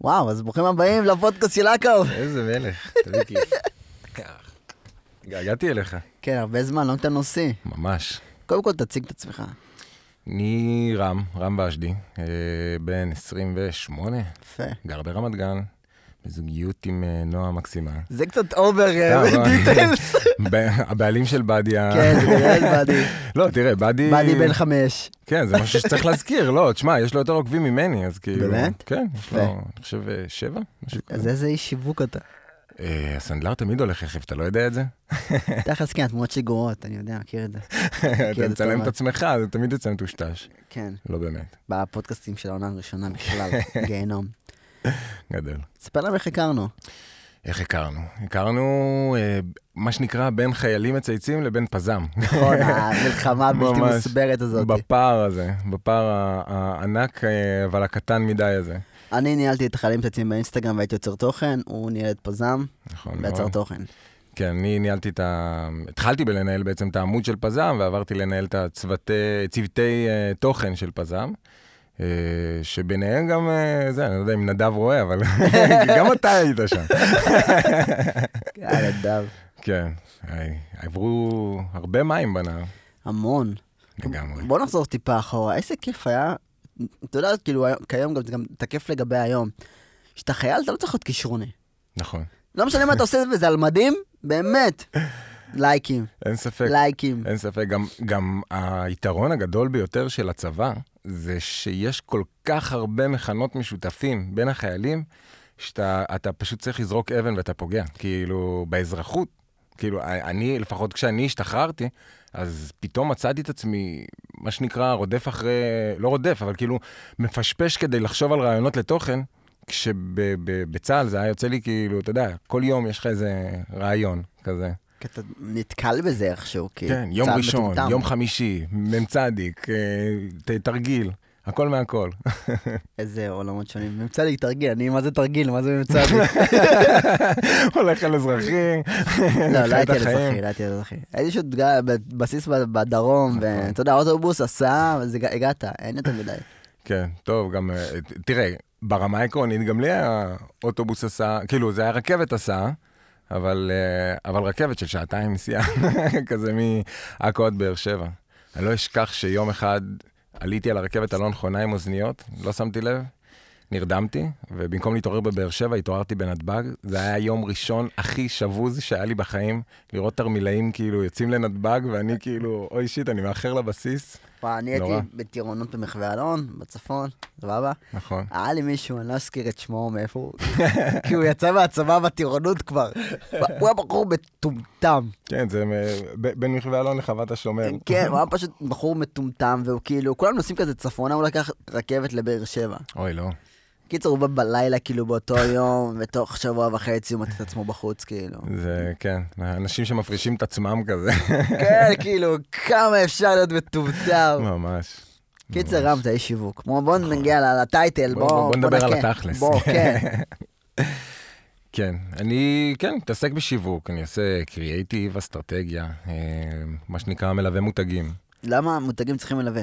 וואו, אז ברוכים הבאים לפודקאסט של אקו. איזה מלך, תביא כיף. געגעתי אליך. כן, הרבה זמן, לא נותן נושא. ממש. קודם כל תציג את עצמך. אני רם באשדי, בן 28, יפה. גר ברמת גן, בזוגיות עם נועה מקסימה. זה קצת אובר דיטלס. הבעלים של בדיה. כן, זה גדל בדי. לא, תראה, בדי... בדי בן 5. כן, זה משהו שצריך להזכיר, לא, תשמע, יש לו יותר עוקבים ממני, אז כאילו... באמת? כן, יש לו, אני חושב, 7, משהו כזה. אז איזה איש שיווק אתה? הסנדלר תמיד הולך יחף, אתה לא יודע את זה? תכף כן, תמונות שגורות, אני יודע, מכיר את זה. אתה מצלם את עצמך, זה תמיד יוצא מטושטש. כן. לא באמת. בפודקאסטים של העונה הראשונה בכלל, גיהנום. גדל. ספר להם איך הכרנו. איך הכרנו? הכרנו, מה שנקרא, בין חיילים מצייצים לבין פזם. נכון, המלחמה הבלתי מסוברת הזאת. בפער הזה, בפער הענק, אבל הקטן מדי הזה. אני ניהלתי את החיילים מצייצים באינסטגרם והייתי יוצר תוכן, הוא ניהל את פזם ויצר תוכן. כן, אני ניהלתי התחלתי בלנהל בעצם את העמוד של פזם, ועברתי לנהל את צוותי תוכן של פזם. שביניהם גם, זה, אני לא יודע אם נדב רואה, אבל גם אתה היית שם. נדב. כן, עברו הרבה מים בנהר. המון. לגמרי. בוא נחזור טיפה אחורה, איזה כיף היה, אתה יודע, כאילו, כיום גם תקף לגבי היום, שאתה חייל, אתה לא צריך להיות כישרוני. נכון. לא משנה מה אתה עושה וזה על מדים, באמת. לייקים. אין ספק. לייקים. אין ספק. גם היתרון הגדול ביותר של הצבא, זה שיש כל כך הרבה מכנות משותפים בין החיילים, שאתה פשוט צריך לזרוק אבן ואתה פוגע. כאילו, באזרחות, כאילו, אני, לפחות כשאני השתחררתי, אז פתאום מצאתי את עצמי, מה שנקרא, רודף אחרי, לא רודף, אבל כאילו, מפשפש כדי לחשוב על רעיונות לתוכן, כשבצה"ל זה היה יוצא לי כאילו, אתה יודע, כל יום יש לך איזה רעיון כזה. כי אתה נתקל בזה איכשהו, כי כן, יום ראשון, יום חמישי, ממצדיק, תרגיל, הכל מהכל. איזה עולמות שונים. ממצדיק, תרגיל, מה זה תרגיל, מה זה ממצדיק? הולך על אזרחי. לא, לא הייתי על אזרחי. הייתי פשוט בסיס בדרום, ואתה יודע, האוטובוס עשה, אז הגעת, אין יותר מדי. כן, טוב, גם, תראה, ברמה העקרונית, גם לי היה אוטובוס עשה, כאילו, זה היה רכבת עשה, אבל רכבת של שעתיים נסיעה, כזה מעכו עד באר שבע. אני לא אשכח שיום אחד עליתי על הרכבת אלון חונה עם אוזניות, לא שמתי לב, נרדמתי, ובמקום להתעורר בבאר שבע, התעוררתי בנתב"ג. זה היה יום ראשון הכי שבוז שהיה לי בחיים, לראות תרמילאים כאילו יוצאים לנתב"ג, ואני כאילו, אוי שיט, אני מאחר לבסיס. אני הייתי בטירונות במחווה אלון, בצפון, סבבה? נכון. היה לי מישהו, אני לא אזכיר את שמו מאיפה הוא, כי הוא יצא מהצבא בטירונות כבר. הוא היה בחור מטומטם. כן, זה בין מחווה אלון לחוות השומר. כן, הוא היה פשוט בחור מטומטם, והוא כאילו, כולם נוסעים כזה צפונה, הוא לקח רכבת לבאר שבע. אוי, לא. קיצור, הוא בא בלילה כאילו באותו יום, ותוך שבוע וחצי הוא מצא את עצמו בחוץ, כאילו. זה, כן, אנשים שמפרישים את עצמם כזה. כן, כאילו, כמה אפשר להיות מטומטם. ממש. קיצר, רם, אתה איש שיווק. בוא נגיע לטייטל, בוא נדבר על התכלס. בוא, כן. כן, אני, כן, מתעסק בשיווק, אני עושה קריאייטיב, אסטרטגיה, מה שנקרא מלווה מותגים. למה מותגים צריכים מלווה?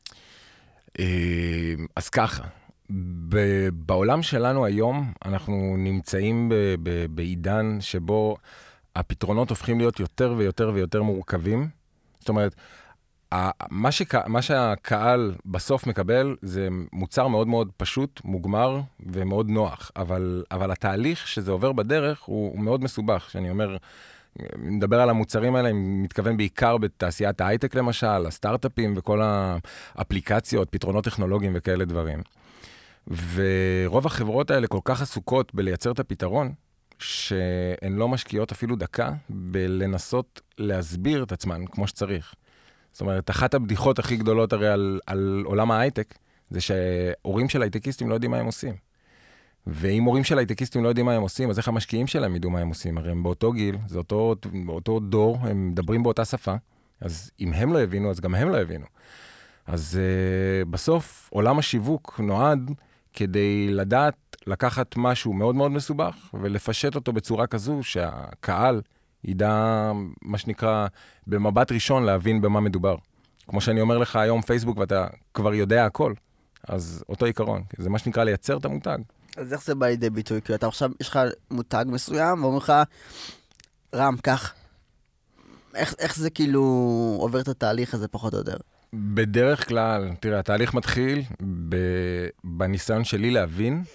אז ככה, בעולם שלנו היום אנחנו נמצאים בעידן שבו הפתרונות הופכים להיות יותר ויותר ויותר מורכבים. זאת אומרת, מה שהקהל בסוף מקבל זה מוצר מאוד מאוד פשוט, מוגמר ומאוד נוח, אבל התהליך שזה עובר בדרך הוא מאוד מסובך. שאני אומר, מדבר על המוצרים האלה, אני מתכוון בעיקר בתעשיית ההייטק למשל, הסטארט-אפים וכל האפליקציות, פתרונות טכנולוגיים וכאלה דברים. ורוב החברות האלה כל כך עסוקות בלייצר את הפתרון, שהן לא משקיעות אפילו דקה בלנסות להסביר את עצמן כמו שצריך. זאת אומרת, אחת הבדיחות הכי גדולות הרי על עולם ההייטק, זה שהורים של הייטקיסטים לא יודעים מה הם עושים. ואם הורים של הייטקיסטים לא יודעים מה הם עושים, אז איך המשקיעים שלהם ידעו מה הם עושים? הרי הם באותו גיל, זה אותו דור, הם מדברים באותה שפה, אז אם הם לא הבינו, אז גם הם לא הבינו. אז בסוף, עולם השיווק נועד כדי לדעת לקחת משהו מאוד מאוד מסובך, ולפשט אותו בצורה כזו שהקהל ידע, מה שנקרא, במבט ראשון להבין במה מדובר. כמו שאני אומר לך היום פייסבוק, ואתה כבר יודע הכל, אז אותו עיקרון, זה מה שנקרא לייצר את המותג. אז איך זה בא לידי ביטוי? כי אתה עכשיו, יש לך מותג מסוים, ואומר לך, רם, כך. איך זה כאילו עובר את התהליך הזה פחות או יותר? בדרך כלל, תראה, התהליך מתחיל בניסיון שלי להבין,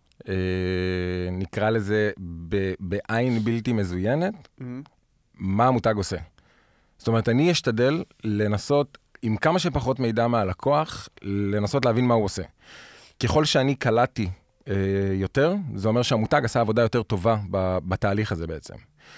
נקרא לזה בעין בלתי מזוינת, מה המותג עושה. זאת אומרת, אני אשתדל לנסות, עם כמה שפחות מידע מהלקוח, לנסות להבין מה הוא עושה. ככל שאני קלטתי יותר, זה אומר שהמותג עשה עבודה יותר טובה בתהליך הזה בעצם.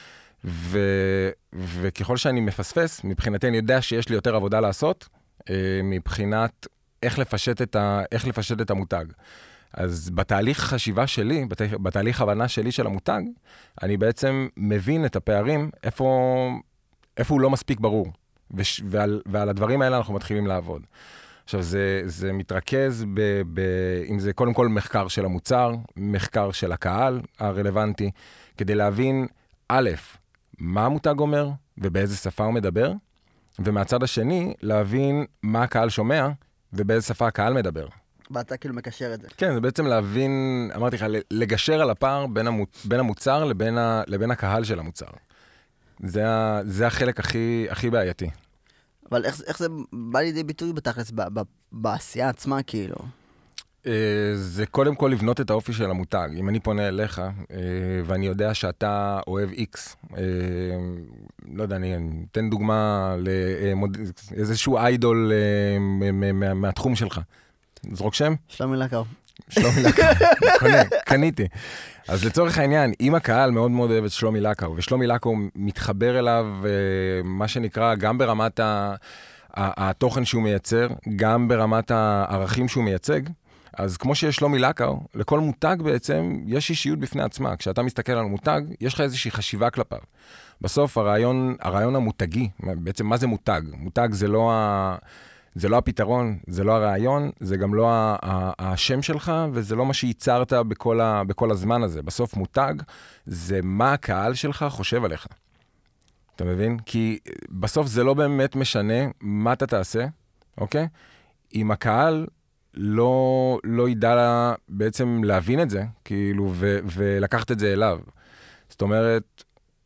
וככל שאני מפספס, מבחינתי אני יודע שיש לי יותר עבודה לעשות, מבחינת איך לפשט את המותג. אז בתהליך חשיבה שלי, בתהליך הבנה שלי של המותג, אני בעצם מבין את הפערים, איפה הוא לא מספיק ברור. ועל הדברים האלה אנחנו מתחילים לעבוד. עכשיו, זה מתרכז אם זה קודם כל מחקר של המוצר, מחקר של הקהל הרלוונטי, כדי להבין, א', מה המותג אומר ובאיזה שפה הוא מדבר, ומהצד השני, להבין מה הקהל שומע ובאיזה שפה הקהל מדבר. ואתה כאילו מקשר את זה. כן, זה בעצם להבין, אמרתי לך, לגשר על הפער בין המוצר לבין הקהל של המוצר. זה החלק הכי בעייתי. אבל איך זה בא לידי ביטוי בתכלס, בעשייה עצמה כאילו? זה קודם כל לבנות את האופי של המותג. אם אני פונה אליך, ואני יודע שאתה אוהב X, לא יודע, אני אתן דוגמה לאיזשהו איידול מהתחום שלך. זרוק שם? שלומי לקאו. שלומי לקאו, קניתי. אז לצורך העניין, אם הקהל מאוד מאוד אוהב את שלומי לקאו, ושלומי לקאו מתחבר אליו, מה שנקרא, גם ברמת התוכן שהוא מייצר, גם ברמת הערכים שהוא מייצג, אז כמו שיש שלומי לקאו, לכל מותג בעצם יש אישיות בפני עצמה. כשאתה מסתכל על מותג, יש לך איזושהי חשיבה כלפיו. בסוף הרעיון המותגי, בעצם מה זה מותג? מותג זה לא הפתרון, זה לא הרעיון, זה גם לא השם שלך, וזה לא מה שייצרת בכל הזמן הזה. בסוף מותג זה מה הקהל שלך חושב עליך. אתה מבין? כי בסוף זה לא באמת משנה מה אתה תעשה, אוקיי? אם הקהל לא ידע בעצם להבין את זה, כאילו, ולקחת את זה אליו. זאת אומרת,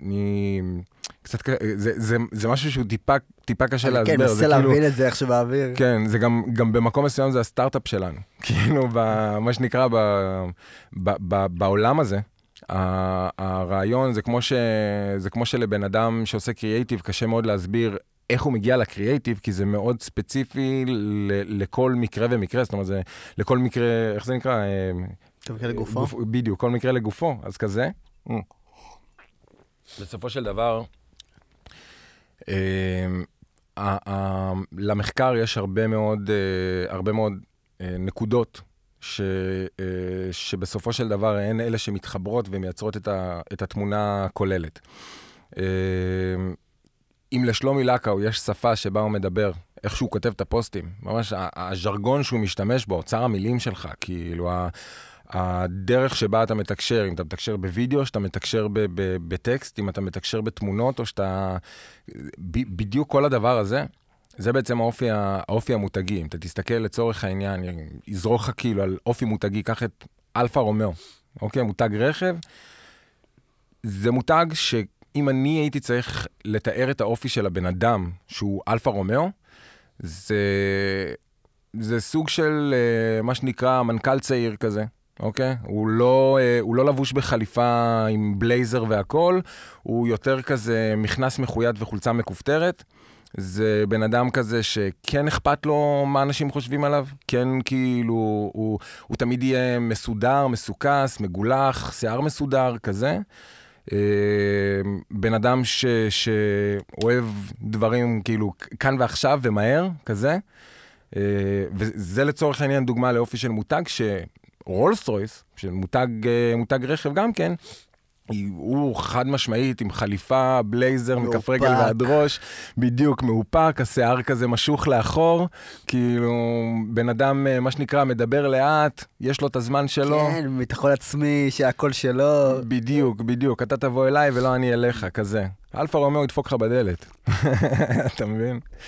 זה משהו שהוא טיפה קשה להסבר. כן, נסה להבין את זה איך שבאוויר. כן, זה גם במקום מסוים זה הסטארט-אפ שלנו. כאילו, מה שנקרא בעולם הזה, הרעיון זה כמו שלבן אדם שעושה קריאייטיב, קשה מאוד להסביר איך הוא מגיע לקריאייטיב, כי זה מאוד ספציפי לכל מקרה ומקרה, זאת אומרת, זה לכל מקרה, איך זה נקרא? כל מקרה לגופו? בדיוק, כל מקרה לגופו, אז כזה. בסופו של דבר, למחקר יש הרבה מאוד נקודות שבסופו של דבר הן אלה שמתחברות ומייצרות את התמונה הכוללת. אם לשלומי לקאו יש שפה שבה הוא מדבר, איך שהוא כותב את הפוסטים, ממש הז'רגון שהוא משתמש בו, אוצר המילים שלך, כאילו הדרך שבה אתה מתקשר, אם אתה מתקשר בווידאו, שאתה מתקשר בטקסט, אם אתה מתקשר בתמונות, או שאתה... בדיוק כל הדבר הזה, זה בעצם האופי המותגי. אם אתה תסתכל לצורך העניין, יזרוך לך כאילו על אופי מותגי, קח את אלפה רומאו, אוקיי? מותג רכב. זה מותג שאם אני הייתי צריך לתאר את האופי של הבן אדם, שהוא אלפה רומאו, זה סוג של מה שנקרא מנכ"ל צעיר כזה. אוקיי? הוא לא לבוש בחליפה עם בלייזר והכל, הוא יותר כזה מכנס מחויית וחולצה מכופתרת. זה בן אדם כזה שכן אכפת לו מה אנשים חושבים עליו, כן כאילו הוא תמיד יהיה מסודר, מסוכס, מגולח, שיער מסודר כזה. בן אדם שאוהב דברים כאילו כאן ועכשיו ומהר כזה. וזה לצורך העניין דוגמה לאופי של מותג רולס רויס, מותג רכב גם כן, הוא חד משמעית עם חליפה, בלייזר, מכף רגל ועד ראש, בדיוק מאופק, השיער כזה משוך לאחור, כאילו בן אדם, מה שנקרא, מדבר לאט, יש לו את הזמן שלו. כן, ביטחון עצמי, שהכל שלו. בדיוק, אתה תבוא אליי ולא אני אליך, כזה. אלפה רומאו ידפוק לך בדלת, אתה מבין?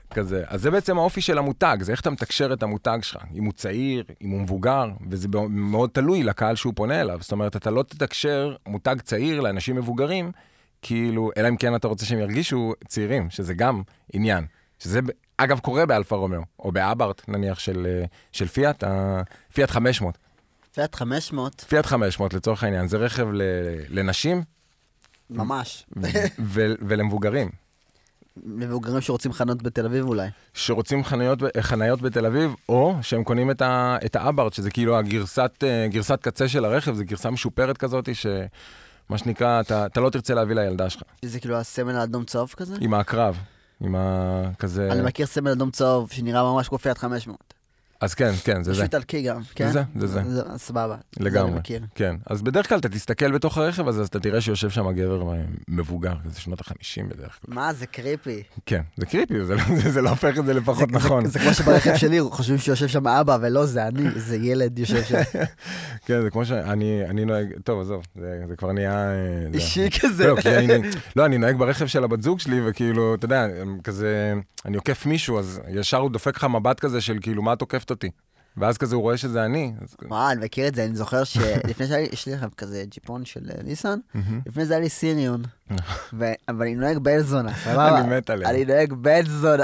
כזה. אז זה בעצם האופי של המותג, זה איך אתה מתקשר את המותג שלך, אם הוא צעיר, אם הוא מבוגר, וזה מאוד תלוי לקהל שהוא פונה אליו. זאת אומרת, אתה לא תתקשר מותג צעיר לאנשים מבוגרים, כאילו, אלא אם כן אתה רוצה שהם ירגישו צעירים, שזה גם עניין. שזה, אגב, קורה באלפה רומאו, או באברט, נניח, של פיאט, פיאט 500. פיאט 500? פיאט 500, לצורך העניין. זה רכב לנשים. ממש. ולמבוגרים. מבוגרים שרוצים חנות בתל אביב אולי. שרוצים חניות בתל אביב, או שהם קונים את האברט, שזה כאילו גרסת קצה של הרכב, זה גרסה משופרת כזאת, שמה שנקרא, אתה לא תרצה להביא לילדה שלך. זה כאילו הסמל האדום צהוב כזה? עם הקרב, עם כזה... אני מכיר סמל אדום צהוב, שנראה ממש כמו פיאט 500. אז כן, זה זה. פשוט איטלקי גם, כן? זה. סבבה. לגמרי. כן. אז בדרך כלל אתה תסתכל בתוך הרכב, אז אתה תראה שיושב שם גבר מבוגר, זה שנות ה-50 בדרך כלל. מה, זה קריפי. כן, זה קריפי, זה לא הופך את זה לפחות נכון. זה כמו שברכב שלי, חושבים שיושב שם אבא, ולא, זה אני, זה ילד יושב שם. כן, זה כמו שאני נוהג, טוב, עזוב, זה כבר נהיה... אישי כזה. לא, אני נוהג ברכב של הבת זוג שלי, וכאילו, אתה יודע, כזה, אני עוקף מישהו, אז ישר הוא דופק לך מבט כזה של כאילו, מה תוקפת אותי? ואז כזה הוא רואה שזה אני. מה, אני מכיר את זה, אני זוכר שלפני יש לי כזה ג'יפון של ניסן, לפני זה היה לי סיריון, אבל אני נוהג בן זונה, סבבה? אני מת עליה. אני נוהג בן זונה.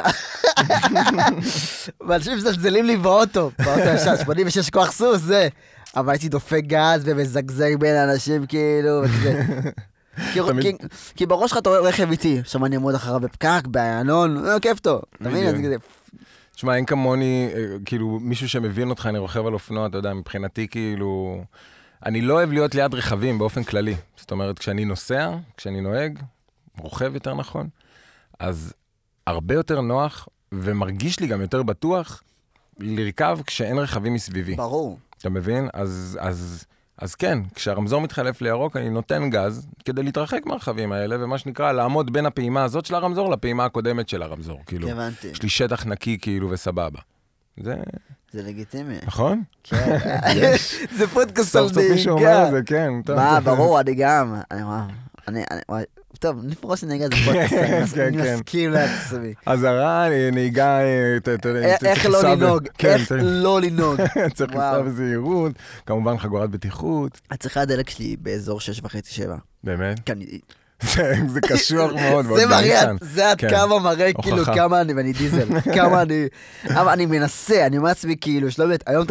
ואנשים מזלזלים לי באוטו ישן, 86 כוח סוס, זה. אבל הייתי דופק גז ומזגזג בין האנשים כאילו, וכזה. כי בראש שלך אתה רואה רכב איתי, עכשיו אני עמוד אחריו בפקק, בעיינון, כיף טוב. אתה מבין? אז כזה... תשמע, אין כמוני, כאילו, מישהו שמבין אותך, אני רוכב על אופנוע, אתה יודע, מבחינתי, כאילו, אני לא אוהב להיות ליד רכבים באופן כללי. זאת אומרת, כשאני נוסע, כשאני נוהג, רוכב יותר נכון, אז הרבה יותר נוח, ומרגיש לי גם יותר בטוח, לרכב כשאין רכבים מסביבי. ברור. אתה מבין? אז כן, כשהרמזור מתחלף לירוק, אני נותן גז כדי להתרחק מהרכבים האלה, ומה שנקרא, לעמוד בין הפעימה הזאת של הרמזור לפעימה הקודמת של הרמזור. כאילו, הבנתי. יש לי שטח נקי, כאילו, וסבבה. זה לגיטימי. נכון? כן. זה פודקאסט על סוף סוף מישהו אומר את זה, כן. מה, ברור, אני גם. טוב, נפרוס נהיגה זה פודקאסט, אני מסכים לעצמי. אזהרה, נהיגה... איך לא לנהוג, איך לא לנהוג. צריך לנסוע בזהירות, כמובן חגורת בטיחות. הצריכה הדלק שלי באזור 6.5-7. באמת? כן. זה קשוח מאוד. זה מראה, זה עד כמה מראה, כאילו, כמה אני דיזל, כמה אני מנסה, אני אומר לעצמי, כאילו, שלומית, היום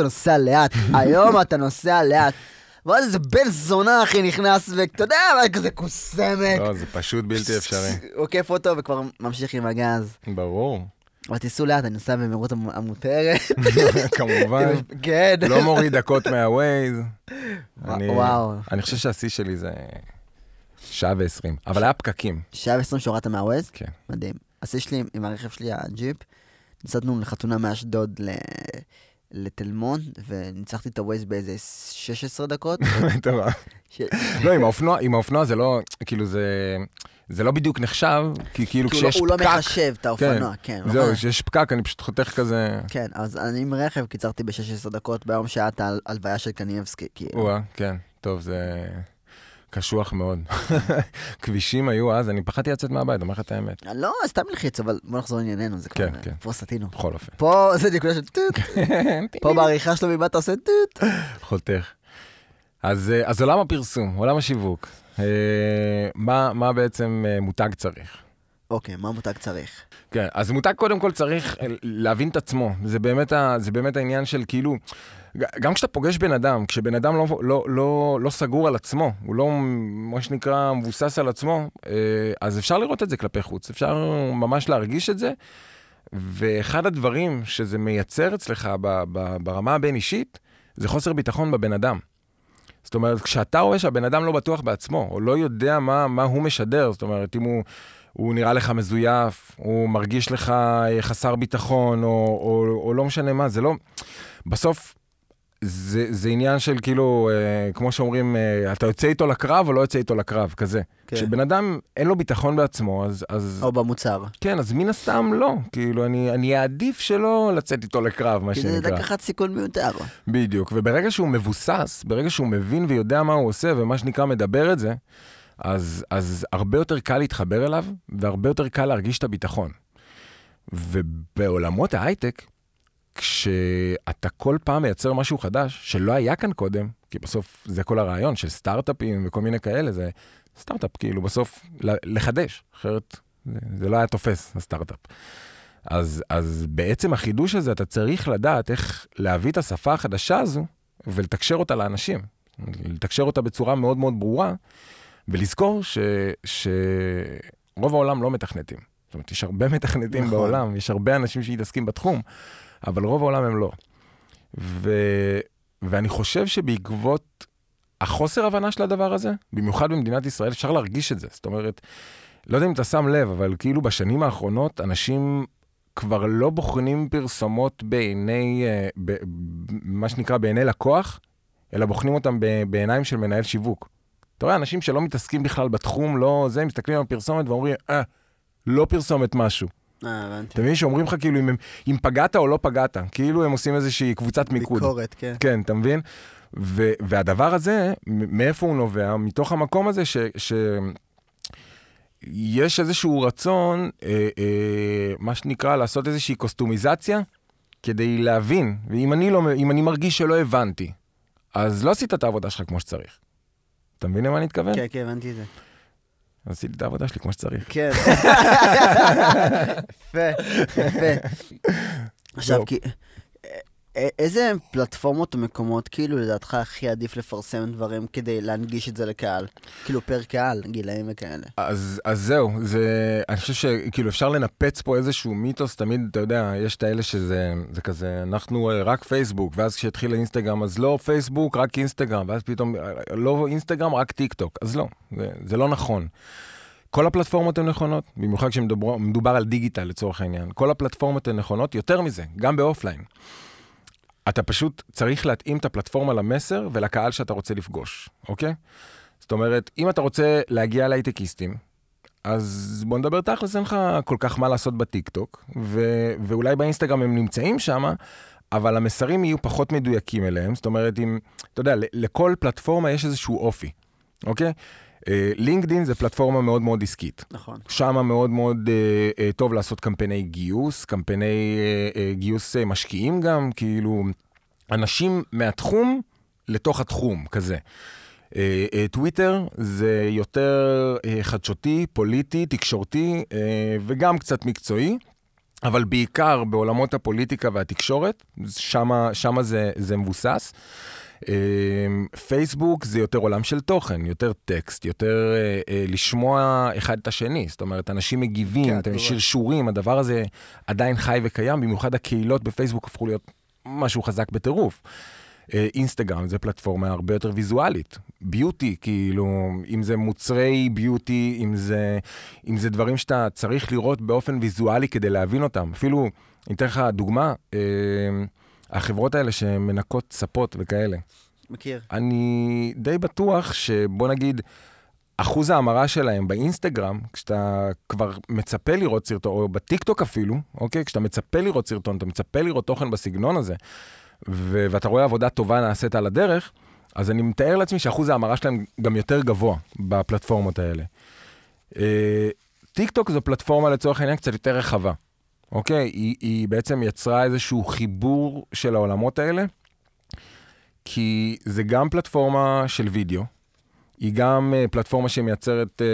אתה נוסע לאט, ואז איזה בן זונה, אחי, נכנס, ואתה יודע, כזה קוסמת. לא, זה פשוט בלתי אפשרי. עוקף אותו וכבר ממשיך עם הגז. ברור. אבל תיסעו לאט, אני נוסע במהירות המותרת. כמובן. כן. לא מוריד דקות מהווייז. וואו. אני חושב שהשיא שלי זה 1:20, אבל היה פקקים. 1:20 שהורדת מהווייז? כן. מדהים. השיא שלי, עם הרכב שלי, הג'יפ, נסענו לחתונה מאשדוד לתלמון, וניצחתי את הווייז באיזה 16 דקות. לא, עם האופנוע זה לא, כאילו זה לא בדיוק נחשב, כי כאילו כשיש פקק... הוא לא מחשב את האופנוע, כן. זהו, כשיש פקק, אני פשוט חותך כזה... כן, אז אני עם רכב קיצרתי ב-16 דקות, ביום שעת ההלוויה של קניאבסקי. כן, טוב, זה... קשוח מאוד. כבישים היו אז, אני פחדתי לצאת מהבית, אומר לך את האמת. לא, סתם מלחיץ, אבל בוא נחזור לענייננו, זה כבר... כן. פה סתינו. בכל אופן. פה זה נקודה של טוט. פה בעריכה שלו ממה אתה עושה טוט. חותך. אז עולם הפרסום, עולם השיווק, מה בעצם מותג צריך? אוקיי, מה מותג צריך? כן, אז מותג קודם כל צריך להבין את עצמו. זה באמת העניין של כאילו... גם כשאתה פוגש בן אדם, כשבן אדם לא סגור על עצמו, הוא לא, מה שנקרא, מבוסס על עצמו, אז אפשר לראות את זה כלפי חוץ, אפשר ממש להרגיש את זה, ואחד הדברים שזה מייצר אצלך ברמה הבין אישית, זה חוסר ביטחון בבן אדם. זאת אומרת, כשאתה רואה שהבן אדם לא בטוח בעצמו, או לא יודע מה הוא משדר, זאת אומרת, אם הוא נראה לך מזויף, הוא מרגיש לך חסר ביטחון, או לא משנה מה, זה לא... בסוף... זה עניין של כאילו, כמו שאומרים, אתה יוצא איתו לקרב או לא יוצא איתו לקרב, כזה. כן. כשבן אדם אין לו ביטחון בעצמו, אז... או במוצר. כן, אז מן הסתם לא. כאילו, אני אעדיף שלא לצאת איתו לקרב, מה שנקרא. כי זה לקחת סיכון מיותר. בדיוק, וברגע שהוא מבוסס, ברגע שהוא מבין ויודע מה הוא עושה, ומה שנקרא מדבר את זה, אז הרבה יותר קל להתחבר אליו, והרבה יותר קל להרגיש את הביטחון. ובעולמות ההייטק, כשאתה כל פעם מייצר משהו חדש, שלא היה כאן קודם, כי בסוף זה כל הרעיון של סטארט-אפים וכל מיני כאלה, זה סטארט-אפ כאילו בסוף לחדש, אחרת זה לא היה תופס, הסטארט-אפ. אז בעצם החידוש הזה, אתה צריך לדעת איך להביא את השפה החדשה הזו, ולתקשר אותה לאנשים. לתקשר אותה בצורה מאוד מאוד ברורה, ולזכור שרוב העולם לא מתכנתים. זאת אומרת, יש הרבה מתכנתים בעולם, יש הרבה אנשים שהתעסקים בתחום, אבל רוב העולם הם לא. ואני חושב שבעקבות החוסר הבנה של הדבר הזה, במיוחד במדינת ישראל, אפשר להרגיש את זה. זאת אומרת, לא יודע אם אתה שם לב, אבל כאילו בשנים האחרונות, אנשים כבר לא בוחנים פרסומות בעיני, מה שנקרא בעיני לקוח, אלא בוחנים אותם בעיניים של מנהל שיווק. אתה רואה, אנשים שלא מתעסקים בכלל בתחום, לא זה, מסתכלים על פרסומת ואומרים, לא פרסומת משהו. הבנתי. אתה מבין שאומרים לך כאילו אם פגעת או לא פגעת, כאילו הם עושים איזושהי קבוצת מיקוד. ביקורת, כן. כן, אתה מבין? והדבר הזה, מאיפה הוא נובע? מתוך המקום הזה יש איזשהו רצון, מה שנקרא, לעשות איזושהי קוסטומיזציה, כדי להבין, ואם אני מרגיש שלא הבנתי, אז לא עשית את העבודה שלך כמו שצריך. אתה מבין למה אני מתכוון? כן, כן, הבנתי את זה. עשיתי את העבודה שלי כמו שצריך. כן. יפה, יפה. עכשיו, איזה פלטפורמות או מקומות, כאילו, לדעתך הכי עדיף לפרסם דברים כדי להנגיש את זה לקהל? כאילו, פר קהל, גילאים וכאלה. אז זהו, אני חושב שכאילו אפשר לנפץ פה איזשהו מיתוס, תמיד, אתה יודע, יש את האלה שזה כזה, אנחנו רק פייסבוק, ואז כשהתחיל האינסטגרם, אז לא פייסבוק, רק אינסטגרם, ואז פתאום, לא אינסטגרם, רק טיק טוק. אז לא, זה לא נכון. כל הפלטפורמות הן נכונות, במיוחד כשמדובר על דיגיטל לצורך העניין. כל הפלטפורמות הן נכונות, יותר מזה, גם באופליין. אתה פשוט צריך להתאים את הפלטפורמה למסר ולקהל שאתה רוצה לפגוש, אוקיי? זאת אומרת, אם אתה רוצה להגיע להייטקיסטים, אז בוא נדבר תכלס, אין לך כל כך מה לעשות בטיק-טוק, ואולי באינסטגרם הם נמצאים שם, אבל המסרים יהיו פחות מדויקים אליהם. זאת אומרת, אתה יודע, לכל פלטפורמה יש איזשהו אופי, אוקיי? לינקדין זה פלטפורמה מאוד מאוד עסקית. נכון. שמה מאוד מאוד טוב לעשות קמפייני גיוס, קמפייני גיוס משקיעים גם, כאילו אנשים מהתחום לתוך התחום, כזה. טוויטר זה יותר חדשותי, פוליטי, תקשורתי וגם קצת מקצועי, אבל בעיקר בעולמות הפוליטיקה והתקשורת, שמה זה מבוסס. פייסבוק זה יותר עולם של תוכן, יותר טקסט, יותר לשמוע אחד את השני. זאת אומרת, אנשים מגיבים, אתם שרשורים, הדבר הזה עדיין חי וקיים, במיוחד הקהילות בפייסבוק הפכו להיות משהו חזק בטירוף. אינסטגרם זה פלטפורמה הרבה יותר ויזואלית. ביוטי, כאילו, אם זה מוצרי ביוטי, אם זה דברים שאתה צריך לראות באופן ויזואלי כדי להבין אותם. אפילו, אני אתן לך דוגמה, החברות האלה שמנקות ספות וכאלה. מכיר. אני די בטוח שבוא נגיד, אחוז ההמרה שלהם באינסטגרם, כשאתה כבר מצפה לראות סרטון, או בטיקטוק אפילו, אוקיי? כשאתה מצפה לראות סרטון, אתה מצפה לראות תוכן בסגנון הזה, ואתה רואה עבודה טובה נעשית על הדרך, אז אני מתאר לעצמי שאחוז ההמרה שלהם גם יותר גבוה בפלטפורמות האלה. טיקטוק זו פלטפורמה לצורך העניין קצת יותר רחבה. אוקיי? היא בעצם יצרה איזשהו חיבור של העולמות האלה, כי זה גם פלטפורמה של וידאו, היא גם פלטפורמה שמייצרת,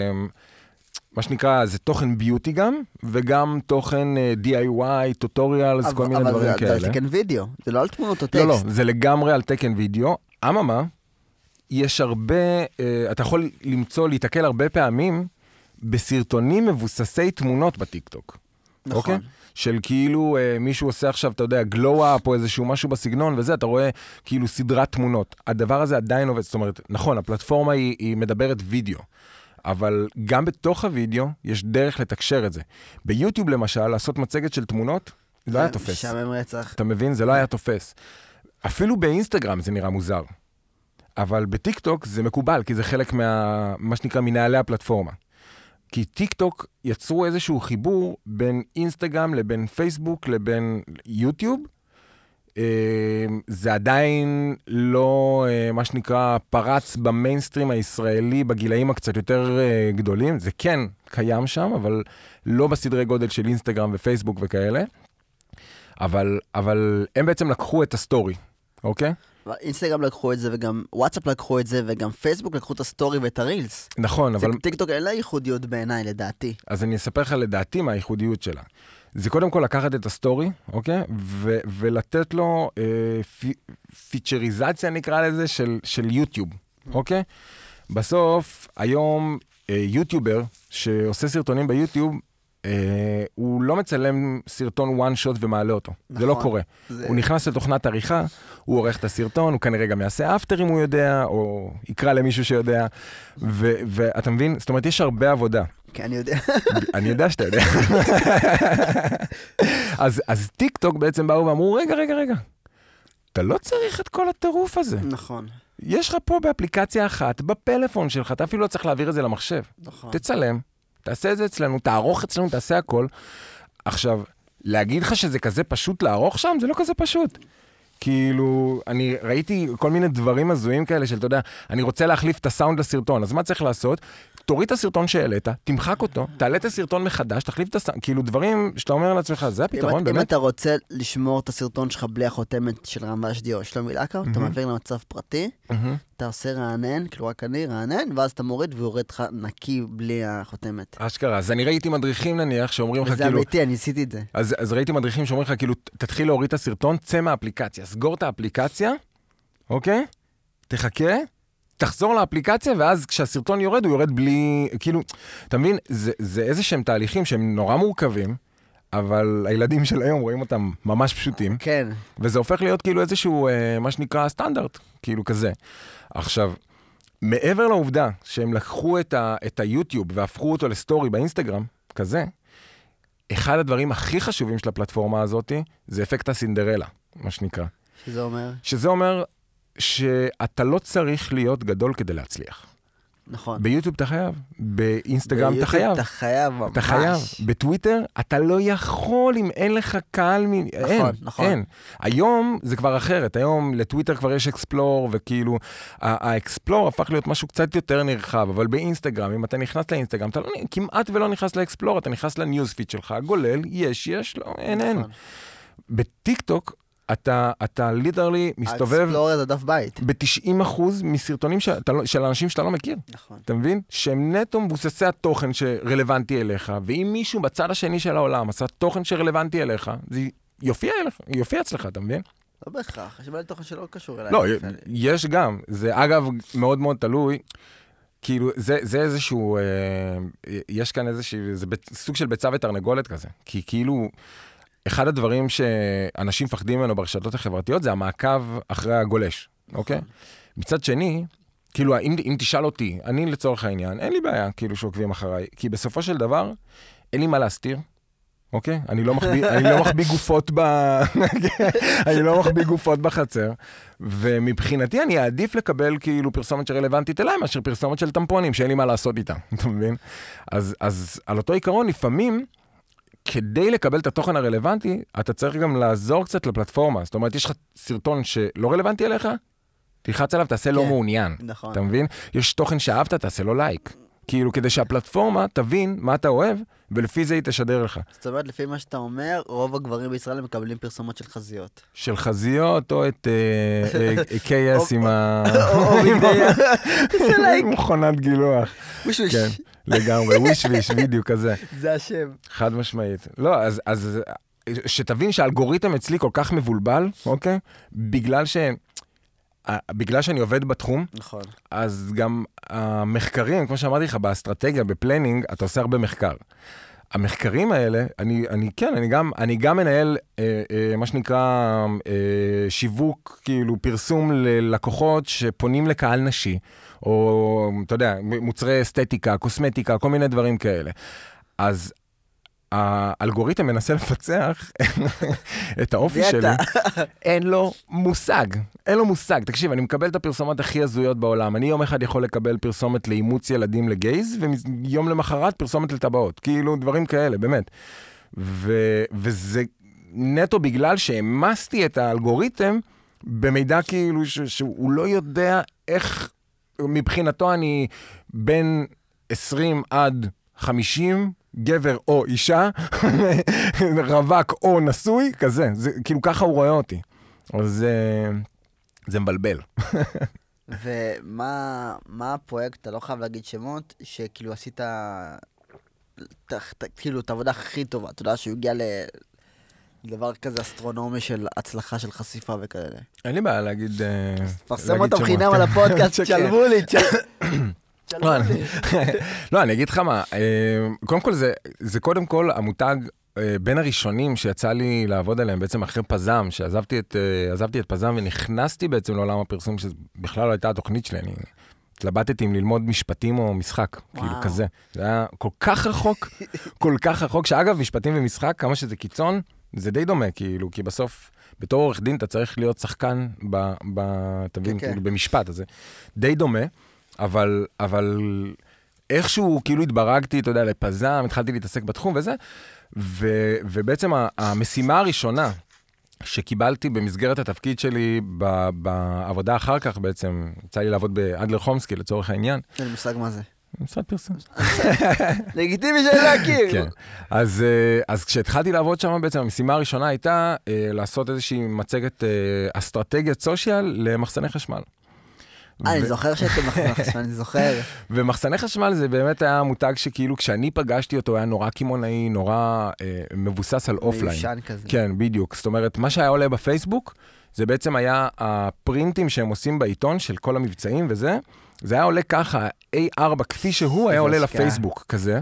מה שנקרא, זה תוכן ביוטי גם, וגם תוכן DIY, טוטוריאלס, כל מיני דברים כאלה. אבל זה על תקן וידאו, זה לא על תמונות או טקסט. לא, זה לגמרי על תקן וידאו. אממה, יש הרבה, אתה יכול להתקל הרבה פעמים בסרטונים מבוססי תמונות בטיקטוק. נכון. Okay? של כאילו מישהו עושה עכשיו, אתה יודע, גלו-אפ או איזשהו משהו בסגנון וזה, אתה רואה כאילו סדרת תמונות. הדבר הזה עדיין עובד, זאת אומרת, נכון, הפלטפורמה היא מדברת וידאו, אבל גם בתוך הוידאו יש דרך לתקשר את זה. ביוטיוב למשל, לעשות מצגת של תמונות, זה לא היה תופס. משעמם רצח. אתה מבין? זה לא היה תופס. אפילו באינסטגרם זה נראה מוזר. אבל בטיקטוק זה מקובל, כי זה חלק מה שנקרא מנהלי הפלטפורמה. כי טיקטוק יצרו איזשהו חיבור בין אינסטגרם לבין פייסבוק לבין יוטיוב, זה עדיין לא, מה שנקרא, פרץ במיינסטרים הישראלי, בגילאים הקצת יותר גדולים. זה כן קיים שם, אבל לא בסדרי גודל של אינסטגרם ופייסבוק וכאלה. אבל הם בעצם לקחו את הסטורי, אוקיי? אינסטגרם לקחו את זה, וגם וואטסאפ לקחו את זה, וגם פייסבוק לקחו את הסטורי ואת הרילס. נכון, אבל... טיקטוק אין לה ייחודיות בעיניי, לדעתי. אז אני אספר לך לדעתי מה הייחודיות שלה. זה קודם כל לקחת את הסטורי, אוקיי? ולתת לו פיצ'ריזציה, נקרא לזה, של יוטיוב, אוקיי? בסוף, היום יוטיובר שעושה סרטונים ביוטיוב, הוא לא מצלם סרטון one shot ומעלה אותו. זה לא קורה. הוא נכנס לתוכנת עריכה, הוא עורך את הסרטון, הוא כנראה גם יעשה אפטר אם הוא יודע, או יקרא למישהו שיודע, ואתה מבין? זאת אומרת, יש הרבה עבודה. כן, אני יודע. אני יודע שאתה יודע. אז טיק טוק בעצם באו ואמרו, רגע, אתה לא צריך את כל הטירוף הזה. נכון. יש לך פה באפליקציה אחת, בפלאפון שלך, אתה אפילו לא צריך להעביר את זה למחשב. נכון. תצלם. תעשה את זה אצלנו, תערוך אצלנו, תעשה הכל. עכשיו, להגיד לך שזה כזה פשוט לערוך שם, זה לא כזה פשוט. כאילו, אני ראיתי כל מיני דברים הזויים כאלה של, אתה יודע, אני רוצה להחליף את הסאונד לסרטון, אז מה צריך לעשות? תוריד את הסרטון שהעלית, תמחק אותו, תעלה את הסרטון מחדש, תחליף את הסאונד, כאילו דברים שאתה אומר לעצמך, זה הפתרון באמת. אם אתה רוצה לשמור את הסרטון שלך בלי החותמת של רם ושדי או שלומי לקר, אתה מעביר למצב פרטי, אתה עושה רענן, כאילו רק אני רענן, ואז אתה מוריד ויורד לך נקי בלי החותמת. אשכרה, אז אני ראיתי מדריכים נניח שאומרים לך כאילו... וזה אמיתי, אני עשיתי את זה. אז ראיתי מדריכים שאומרים לך כאילו, תתחיל להוריד את הסרטון, צא מהאפליקציה, סגור את האפליקציה, אוקיי? תחכה, תחזור לאפליקציה, ואז כשהסרטון יורד, הוא יורד בלי... כאילו, אתה מבין? זה איזה שהם תהליכים שהם נורא מורכבים, אבל הילדים של היום רואים אותם ממש פשוטים. כן. וזה הופך להיות כאילו איזשהו, מה שנקרא, סטנדרט, כאילו כזה. עכשיו, מעבר לעובדה שהם לקחו את היוטיוב והפכו אותו לסטורי באינסטגרם, כזה, אחד הדברים הכי חשובים של הפלטפורמה הזאת, זה אפקט הסינדרלה, מה שנקרא. שזה אומר? שזה אומר שאתה לא צריך להיות גדול כדי להצליח. נכון. ביוטיוב אתה חייב, באינסטגרם אתה חייב. אתה חייב ממש. אתה חייב. בטוויטר אתה לא יכול אם אין לך קהל נכון, נכון. אין. היום זה כבר אחרת. היום לטוויטר כבר יש אקספלור, וכאילו, האקספלור הפך להיות משהו קצת יותר נרחב, אבל באינסטגרם, אם אתה נכנס לאינסטגרם, אתה כמעט ולא נכנס לאקספלור, אתה נכנס לניוזפיד שלך, גולל, יש, לא, אין. בטיק טוק, אתה ליטרלי מסתובב... האקספלורר זה דף בית. ב-90% מסרטונים של אנשים שאתה לא מכיר. נכון. אתה מבין? שהם נטו מבוססי התוכן שרלוונטי אליך, ואם מישהו בצד השני של העולם עשה תוכן שרלוונטי אליך, זה יופיע אצלך, אתה מבין? לא בהכרח, יש בעל תוכן שלא קשור אליי. לא, יש גם. זה אגב מאוד מאוד תלוי. כאילו, זה איזשהו... יש כאן איזשהו... זה סוג של ביצה ותרנגולת כזה. כי כאילו... אחד הדברים שאנשים מפחדים ממנו ברשתות החברתיות, זה המעקב אחרי הגולש, אוקיי? מצד שני, כאילו, אם תשאל אותי, אני לצורך העניין, אין לי בעיה, כאילו, שעוקבים אחריי, כי בסופו של דבר, אין לי מה להסתיר, אוקיי? אני לא מחביא גופות בחצר, ומבחינתי אני אעדיף לקבל, כאילו, פרסומת שרלוונטית אליי, מאשר פרסומת של טמפונים, שאין לי מה לעשות איתה, אתה מבין? אז על אותו עיקרון, לפעמים, כדי לקבל את התוכן הרלוונטי, אתה צריך גם לעזור קצת לפלטפורמה. זאת אומרת, יש לך סרטון שלא רלוונטי אליך, תלחץ עליו, תעשה לא מעוניין. נכון. אתה מבין? יש תוכן שאהבת, תעשה לו לייק. כאילו, כדי שהפלטפורמה תבין מה אתה אוהב, ולפי זה היא תשדר לך. זאת אומרת, לפי מה שאתה אומר, רוב הגברים בישראל מקבלים פרסומות של חזיות. של חזיות, או את KS עם ה... או בגדיה. תעשה לייק. מכונת גילוח. וויש. כן, לגמרי, וויש, בדיוק כזה. זה השם. חד משמעית. לא, אז שתבין שהאלגוריתם אצלי כל כך מבולבל, אוקיי? בגלל שאני עובד בתחום, נכון. אז גם המחקרים, כמו שאמרתי לך, באסטרטגיה, בפלנינג, אתה עושה הרבה מחקר. המחקרים האלה, אני גם מנהל, מה שנקרא, שיווק, כאילו, פרסום ללקוחות שפונים לקהל נשי, או, אתה יודע, מוצרי אסתטיקה, קוסמטיקה, כל מיני דברים כאלה. אז האלגוריתם מנסה לפצח את האופי שלי. אין לו מושג. תקשיב, אני מקבל את הפרסומות הכי הזויות בעולם. אני יום אחד יכול לקבל פרסומת לאימוץ ילדים לגייז, ויום למחרת פרסומת לטבעות. כאילו, דברים כאלה, באמת. וזה נטו בגלל שהמסתי את האלגוריתם במידע כאילו שהוא לא יודע איך, מבחינתו אני בין 20 עד 50, גבר או אישה, רווק או נשוי, כזה, כאילו ככה הוא רואה אותי. אז זה מבלבל. ומה הפרויקט, אתה לא חייב להגיד שמות, שכאילו עשית כאילו את העבודה הכי טובה, אתה יודע שהוא הגיע לדבר כזה אסטרונומי של הצלחה של חשיפה וכאלה. אין לי בעיה להגיד פרסם אותם חינם על הפודקאסט, תשלבו לי. לא, אני אגיד לך מה, קודם כל זה קודם כל המותג בין הראשונים שיצא לי לעבוד עליהם, בעצם אחרי פזם, שעזבתי את פזם ונכנסתי בעצם לעולם הפרסום, שבכלל לא הייתה התוכנית שלי, אני התלבטתי אם ללמוד משפטים או משחק, כאילו כזה. זה היה כל כך רחוק, שאגב, משפטים ומשחק, כמה שזה קיצון, זה די דומה, כאילו, כי בסוף, בתור עורך דין, אתה צריך להיות שחקן תבין, כאילו, במשפט, אז זה די דומה, אבל איכשהו, כאילו, התברגתי, אתה יודע, לפזם, התחלתי להתעסק בתחום וזה, ובעצם המשימה הראשונה שקיבלתי במסגרת התפקיד שלי בעבודה אחר כך בעצם, יצא לי לעבוד באדלר חומסקי לצורך העניין. אין לי מושג מה זה. משרד פרסום. לגיטימי שאני להכיר. כן. אז כשהתחלתי לעבוד שם בעצם, המשימה הראשונה הייתה לעשות איזושהי מצגת אסטרטגיית סושיאל למחסני חשמל. אני זוכר שאתם מחסני חשמל, אני זוכר. ומחסני חשמל זה באמת היה מותג שכאילו כשאני פגשתי אותו היה נורא כימונאי, נורא מבוסס על אופליין. מיושן כזה. כן, בדיוק. זאת אומרת, מה שהיה עולה בפייסבוק, זה בעצם היה הפרינטים שהם עושים בעיתון של כל המבצעים וזה, זה היה עולה ככה, A4 כפי שהוא היה עולה לפייסבוק כזה.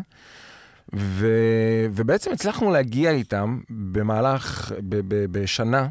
ובעצם הצלחנו להגיע איתם במהלך, בשנה,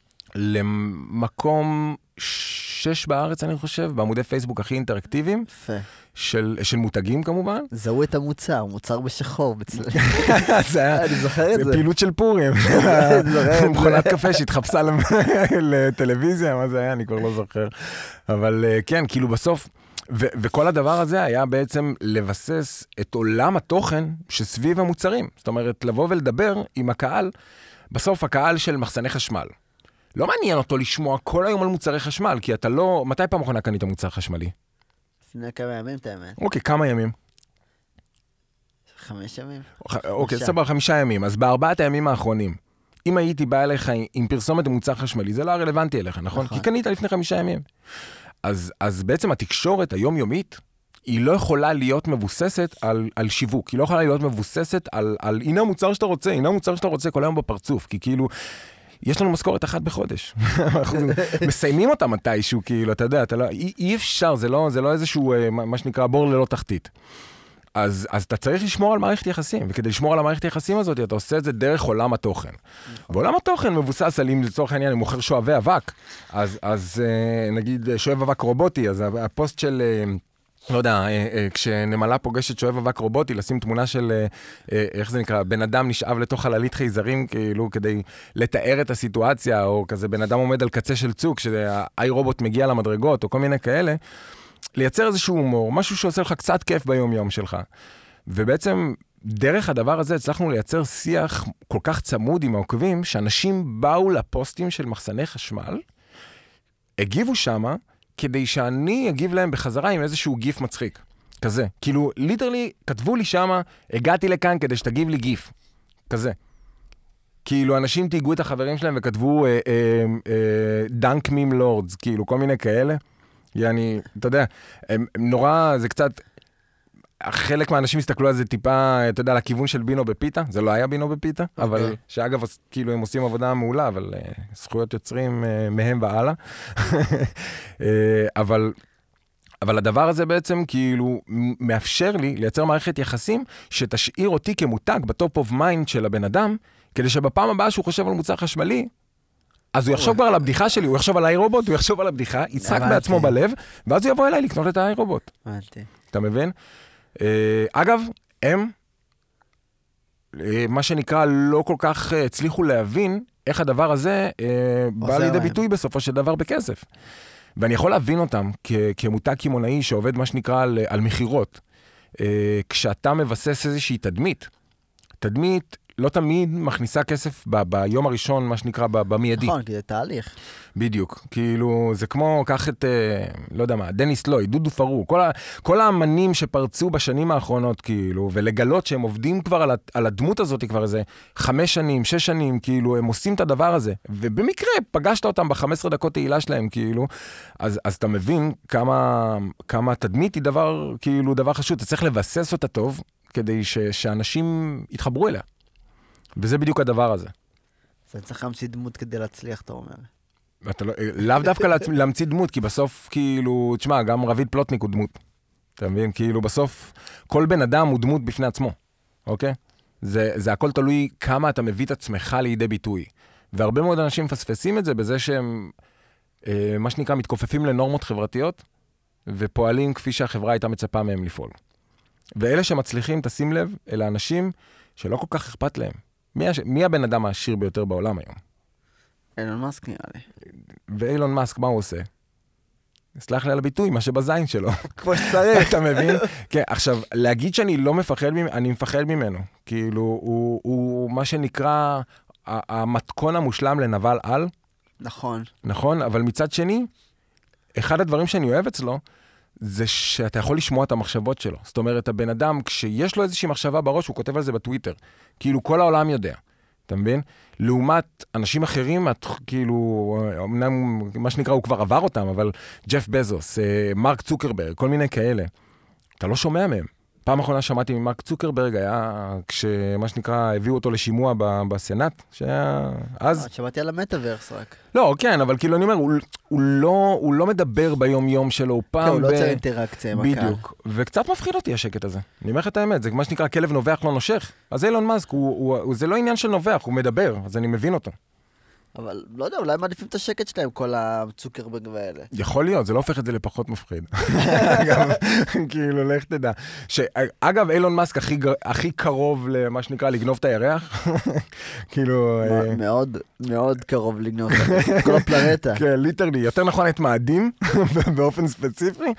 למקום 6 בארץ, אני חושב, בעמודי פייסבוק הכי אינטראקטיביים. יפה. של מותגים כמובן. זהו את המוצר, מוצר בשחור. אני זוכר את זה. זה פעילות של פורים. מכונת קפה שהתחפשה לטלוויזיה, מה זה היה, אני כבר לא זוכר. אבל כן, כאילו בסוף, וכל הדבר הזה היה בעצם לבסס את עולם התוכן שסביב המוצרים. זאת אומרת, לבוא ולדבר עם הקהל, בסוף הקהל של מחסני חשמל. לא מעניין אותו לשמוע כל היום על מוצרי חשמל, כי אתה לא... מתי פעם אחרונה קנית מוצר חשמלי? לפני כמה ימים, את האמת. אוקיי, כמה ימים? 5 ימים. אוקיי, סבבה, 5 ימים. אז ב4 הימים האחרונים, אם הייתי בא אליך עם פרסומת למוצר חשמלי, זה לא רלוונטי אליך, נכון? כי קנית לפני 5 ימים. אז בעצם התקשורת היומיומית, היא לא יכולה להיות מבוססת על שיווק. היא לא יכולה להיות מבוססת על הנה המוצר שאתה רוצה, הנה המוצר שאתה רוצה כל היום בפרצוף. כי כאילו... יש לנו משכורת אחת בחודש. אנחנו מסיימים אותה מתישהו, כאילו, אתה יודע, אי אפשר, זה לא איזשהו, מה שנקרא, בור ללא תחתית. אז אתה צריך לשמור על מערכת יחסים, וכדי לשמור על המערכת יחסים הזאת, אתה עושה את זה דרך עולם התוכן. ועולם התוכן מבוסס על, אם לצורך העניין, אני מוכר שואבי אבק, אז נגיד, שואב אבק רובוטי, אז הפוסט של... לא יודע, כשנמלה פוגשת שואב אבק רובוטי, לשים תמונה של, איך זה נקרא, בן אדם נשאב לתוך חללית חייזרים, כאילו, כדי לתאר את הסיטואציה, או כזה בן אדם עומד על קצה של צוק, שהאי רובוט מגיע למדרגות, או כל מיני כאלה, לייצר איזשהו הומור, משהו שעושה לך קצת כיף ביום-יום שלך. ובעצם, דרך הדבר הזה, הצלחנו לייצר שיח כל כך צמוד עם העוקבים, שאנשים באו לפוסטים של מחסני חשמל, הגיבו שמה, כדי שאני אגיב להם בחזרה עם איזשהו גיף מצחיק. כזה. כאילו, ליטרלי, כתבו לי שמה, הגעתי לכאן כדי שתגיב לי גיף. כזה. כאילו, אנשים תיגעו את החברים שלהם וכתבו דנק מים לורדס, כאילו, כל מיני כאלה. יעני, אתה יודע, נורא, זה קצת... חלק מהאנשים הסתכלו על זה טיפה, אתה יודע, לכיוון של בינו בפיתה, זה לא היה בינו בפיתה, אבל שאגב, כאילו הם עושים עבודה מעולה, אבל זכויות יוצרים מהם והלאה. אבל הדבר הזה בעצם כאילו מאפשר לי לייצר מערכת יחסים שתשאיר אותי כמותג בטופ אוף מיינד של הבן אדם, כדי שבפעם הבאה שהוא חושב על מוצר חשמלי, אז הוא יחשוב כבר על הבדיחה שלי, הוא יחשוב על האי-רובוט, הוא יחשוב על הבדיחה, יצחק בעצמו בלב, ואז הוא יבוא אליי לקנות את האי-רובוט. אתה מבין? אגב, הם, מה שנקרא, לא כל כך הצליחו להבין איך הדבר הזה בא לידי ביטוי בסופו של דבר בכסף. ואני יכול להבין אותם כמותג כימונאי שעובד מה שנקרא על מחירות. כשאתה מבסס איזושהי תדמית לא תמיד מכניסה כסף ביום הראשון, מה שנקרא, במיידי. נכון, כי זה תהליך. בדיוק, כאילו, זה כמו, קח את, לא יודע מה, דניס לוי, דודו פרו, כל האמנים שפרצו בשנים האחרונות, כאילו, ולגלות שהם עובדים כבר על הדמות הזאת כבר איזה 5 שנים, 6 שנים, כאילו, הם עושים את הדבר הזה, ובמקרה פגשת אותם ב-15 דקות תהילה שלהם, כאילו, אז אתה מבין כמה תדמית היא דבר, כאילו, דבר חשוב, אתה צריך לבסס אותה טוב, כדי שאנשים יתחברו אליה. וזה בדיוק הדבר הזה. אז צריך להמציא דמות כדי להצליח, אתה אומר. לאו דווקא להמציא דמות, כי בסוף, כאילו, תשמע, גם רביד פלוטניק הוא דמות. אתה מבין? כאילו, בסוף, כל בן אדם הוא דמות בפני עצמו, אוקיי? זה הכל תלוי כמה אתה מביא את עצמך לידי ביטוי. והרבה מאוד אנשים מפספסים את זה בזה שהם, מה שנקרא, מתכופפים לנורמות חברתיות, ופועלים כפי שהחברה הייתה מצפה מהם לפעול. ואלה שמצליחים, תשים לב, אלה אנשים שלא כל כך אכפת להם. מי הבן אדם העשיר ביותר בעולם היום? אילון מאסק נראה לי. ואילון מאסק, מה הוא עושה? סלח לי על הביטוי, מה שבזין שלו. כמו שצריך. אתה מבין? כן, עכשיו, להגיד שאני לא מפחד ממנו, אני מפחד ממנו. כאילו, הוא מה שנקרא המתכון המושלם לנבל על. נכון. נכון, אבל מצד שני, אחד הדברים שאני אוהב אצלו, זה שאתה יכול לשמוע את המחשבות שלו. זאת אומרת, הבן אדם, כשיש לו איזושהי מחשבה בראש, הוא כותב על זה בטוויטר. כאילו, כל העולם יודע. אתה מבין? לעומת אנשים אחרים, כאילו, אמנם, מה שנקרא, הוא כבר עבר אותם, אבל ג'ף בזוס, מרק צוקרברג, כל מיני כאלה. אתה לא שומע מהם. פעם אחרונה שמעתי ממרק צוקרברג, היה כשמה שנקרא, הביאו אותו לשימוע בסנאט, שהיה אז... שמעתי על המטאברס רק. לא, כן, אבל כאילו אני אומר, הוא לא מדבר ביום-יום שלו, הוא פעם... כן, הוא לא צריך אינטראקציה עם הקהל. בדיוק, וקצת מפחיד אותי השקט הזה. אני אומר לך את האמת, זה מה שנקרא, כלב נובח לא נושך. אז אילון מאסק, זה לא עניין של נובח, הוא מדבר, אז אני מבין אותו. אבל לא יודע, אולי מעדיפים את השקט שלהם, כל הצוקרברג והאלה. יכול להיות, זה לא הופך את זה לפחות מפחיד. כאילו, לך תדע. אגב, אילון מאסק הכי קרוב למה שנקרא לגנוב את הירח. כאילו... מאוד, מאוד קרוב לגנוב את כל הפלנטה. כן, ליטרלי. יותר נכון את מאדים, באופן ספציפי,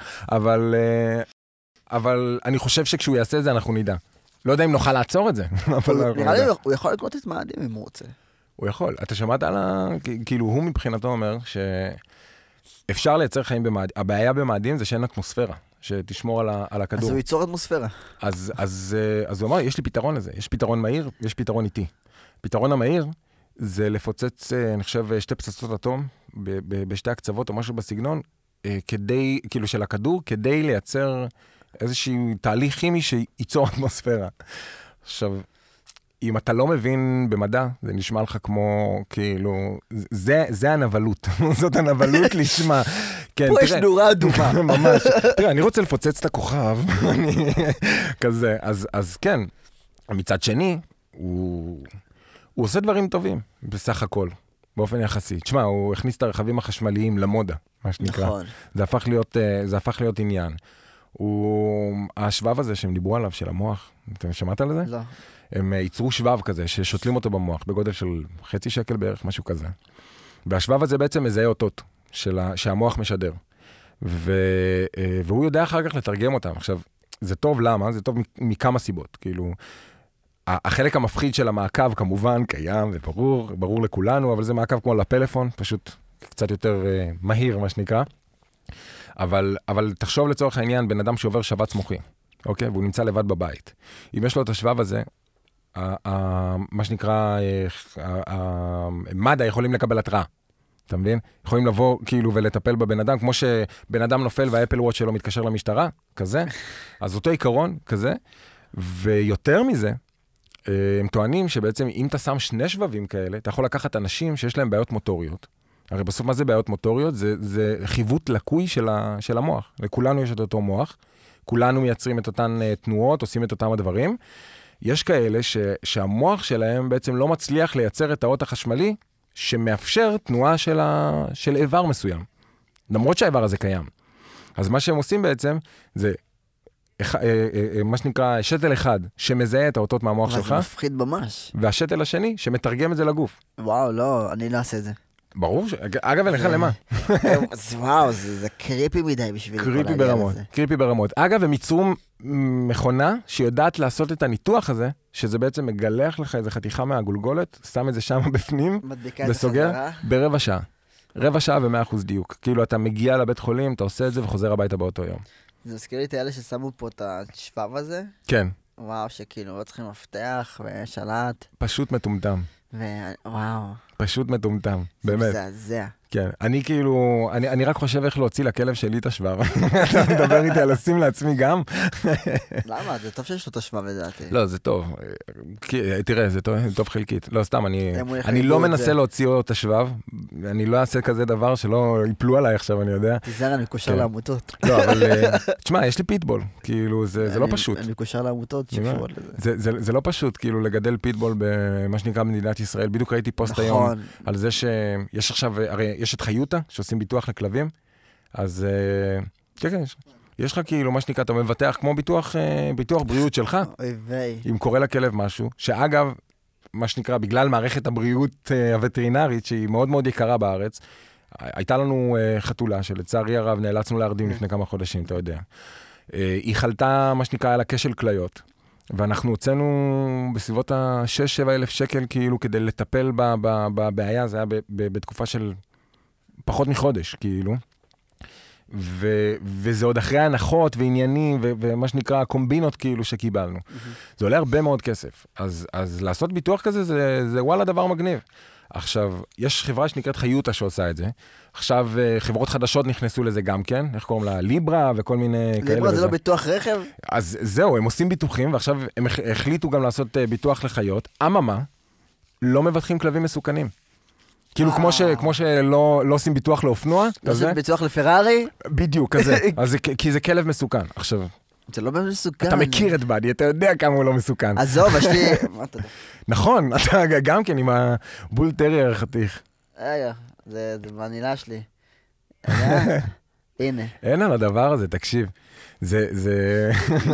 אבל אני חושב שכשהוא יעשה את זה, אנחנו נדע. לא יודע אם נוכל לעצור את זה. נראה לי, הוא יכול לקנות את מאדים אם הוא רוצה. הוא יכול. אתה שמעת על כאילו, הוא מבחינתו אומר שאפשר לייצר חיים במאדים. הבעיה במאדים זה שאין אטמוספירה, שתשמור על הכדור. אז הוא ייצור אטמוספירה. אז הוא אמר, יש לי פתרון לזה. יש פתרון מהיר, יש פתרון איטי. פתרון המהיר זה לפוצץ, אני חושב, 2 פצצות אטום בשתי הקצוות או משהו בסגנון, כדי, כאילו של הכדור, כדי לייצר איזשהו תהליך כימי שייצור אטמוספירה. עכשיו, אם אתה לא מבין במדע, זה נשמע לך כמו, כאילו, זה הנבלות. זאת הנבלות לשמה. כן, פה יש נורה אדומה. ממש. תראה, אני רוצה לפוצץ את הכוכב. כזה. אז כן, מצד שני, הוא עושה דברים טובים, בסך הכל, באופן יחסי. תשמע, הוא הכניס את הרכבים החשמליים למודה, מה שנקרא. נכון. זה הפך להיות עניין. השבב הזה שהם דיברו עליו, של המוח, אתם שמעת על זה? לא. הם ייצרו שבב כזה, ששותלים אותו במוח, בגודל של 0.5 שקל בערך, משהו כזה. והשבב הזה בעצם מזהה אותות שהמוח משדר. והוא יודע אחר כך לתרגם אותם. עכשיו, זה טוב למה? זה טוב מכמה סיבות. כאילו, החלק המפחיד של המעקב כמובן קיים וברור לכולנו, אבל זה מעקב כמו לפלאפון, פשוט קצת יותר מהיר, מה שנקרא. אבל תחשוב לצורך העניין, בן אדם שעובר שבץ מוחי, אוקיי? והוא נמצא לבד בבית. אם יש לו את השבב הזה, מה שנקרא, מד"א יכולים לקבל התראה, אתה מבין? יכולים לבוא כאילו ולטפל בבן אדם, כמו שבן אדם נופל והאפל וואץ' שלו מתקשר למשטרה, כזה. אז אותו עיקרון, כזה. ויותר מזה, הם טוענים שבעצם אם אתה שם 2 שבבים כאלה, אתה יכול לקחת אנשים שיש להם בעיות מוטוריות. הרי בסוף מה זה בעיות מוטוריות? זה חיווט לקוי של המוח. לכולנו יש את אותו מוח, כולנו מייצרים את אותן תנועות, עושים את אותם הדברים. יש כאלה שהמוח שלהם בעצם לא מצליח לייצר את האות החשמלי, שמאפשר תנועה של איבר מסוים. למרות שהאיבר הזה קיים. אז מה שהם עושים בעצם, זה מה שנקרא שתל אחד, שמזהה את האותות מהמוח שלך. זה מפחיד ממש. והשתל השני, שמתרגם את זה לגוף. וואו, לא, אני לא אעשה את זה. ברור, אגב, אין לך למה. וואו, זה קריפי מדי בשבילי. קריפי ברמות, קריפי ברמות. אגב, הם ייצרו מכונה שיודעת לעשות את הניתוח הזה, שזה בעצם מגלח לך איזה חתיכה מהגולגולת, שם את זה שם בפנים, וסוגר, ברבע שעה. רבע שעה ו100% דיוק. כאילו, אתה מגיע לבית חולים, אתה עושה את זה וחוזר הביתה באותו יום. זה מזכיר לי את האלה ששמו פה את השבב הזה? כן. וואו, שכאילו לא צריכים מפתח ושלט. פשוט מטומטם. וואו. פשוט מטומטם, באמת. זה. כן, אני כאילו, אני רק חושב איך להוציא לכלב שלי את השבב. אתה מדבר איתי על לשים לעצמי גם. למה? זה טוב שיש לו את השבב לדעתי. לא, זה טוב. תראה, זה טוב חלקית. לא, סתם, אני לא מנסה להוציא את השבב. אני לא אעשה כזה דבר שלא ייפלו עליי עכשיו, אני יודע. תיזהר, אני מקושר לעמותות. לא, אבל, תשמע, יש לי פיטבול. כאילו, זה לא פשוט. אני מקושר לעמותות שקשורות לזה. זה לא פשוט, כאילו, לגדל פיטבול במה שנקרא במדינת ישראל. בדיוק ראיתי פוסט היום על זה שיש עכשיו, הרי יש את חיוטה, שעושים ביטוח לכלבים, אז כן, יש לך כאילו, מה שנקרא, אתה מבטח כמו ביטוח בריאות שלך, אם קורה לכלב משהו, שאגב, מה שנקרא, בגלל מערכת הבריאות הווטרינרית, שהיא מאוד מאוד יקרה בארץ, הייתה לנו חתולה, שלצערי הרב נאלצנו להרדים לפני כמה חודשים, אתה יודע. היא חלתה, מה שנקרא, על הכשל כליות. ואנחנו הוצאנו בסביבות ה-6-7 אלף שקל, כאילו, כדי לטפל בבעיה, זה היה בתקופה של פחות מחודש, כאילו. וזה עוד אחרי הנחות ועניינים, ומה שנקרא, קומבינות, כאילו, שקיבלנו. זה עולה הרבה מאוד כסף. אז לעשות ביטוח כזה, זה וואלה דבר מגניב. עכשיו, יש חברה שנקראת חיוטה שעושה את זה. עכשיו, חברות חדשות נכנסו לזה גם כן. איך קוראים לה? ליברה וכל מיני כאלה. ליברה זה לא ביטוח רכב? אז זהו, הם עושים ביטוחים, ועכשיו הם החליטו גם לעשות ביטוח לחיות. אממה, לא מבטחים כלבים מסוכנים. כאילו כמו שלא עושים ביטוח לאופנוע. לא עושים ביטוח לפרארי? בדיוק, כזה. כי זה כלב מסוכן. עכשיו, זה לא מסוכן. אתה מכיר את בדי, אתה יודע כמה הוא לא מסוכן. עזוב, יש לי... נכון, אתה גם כן עם הבול טרייר החתיך. זה בנילה שלי. הנה. אין על הדבר הזה, תקשיב. זה...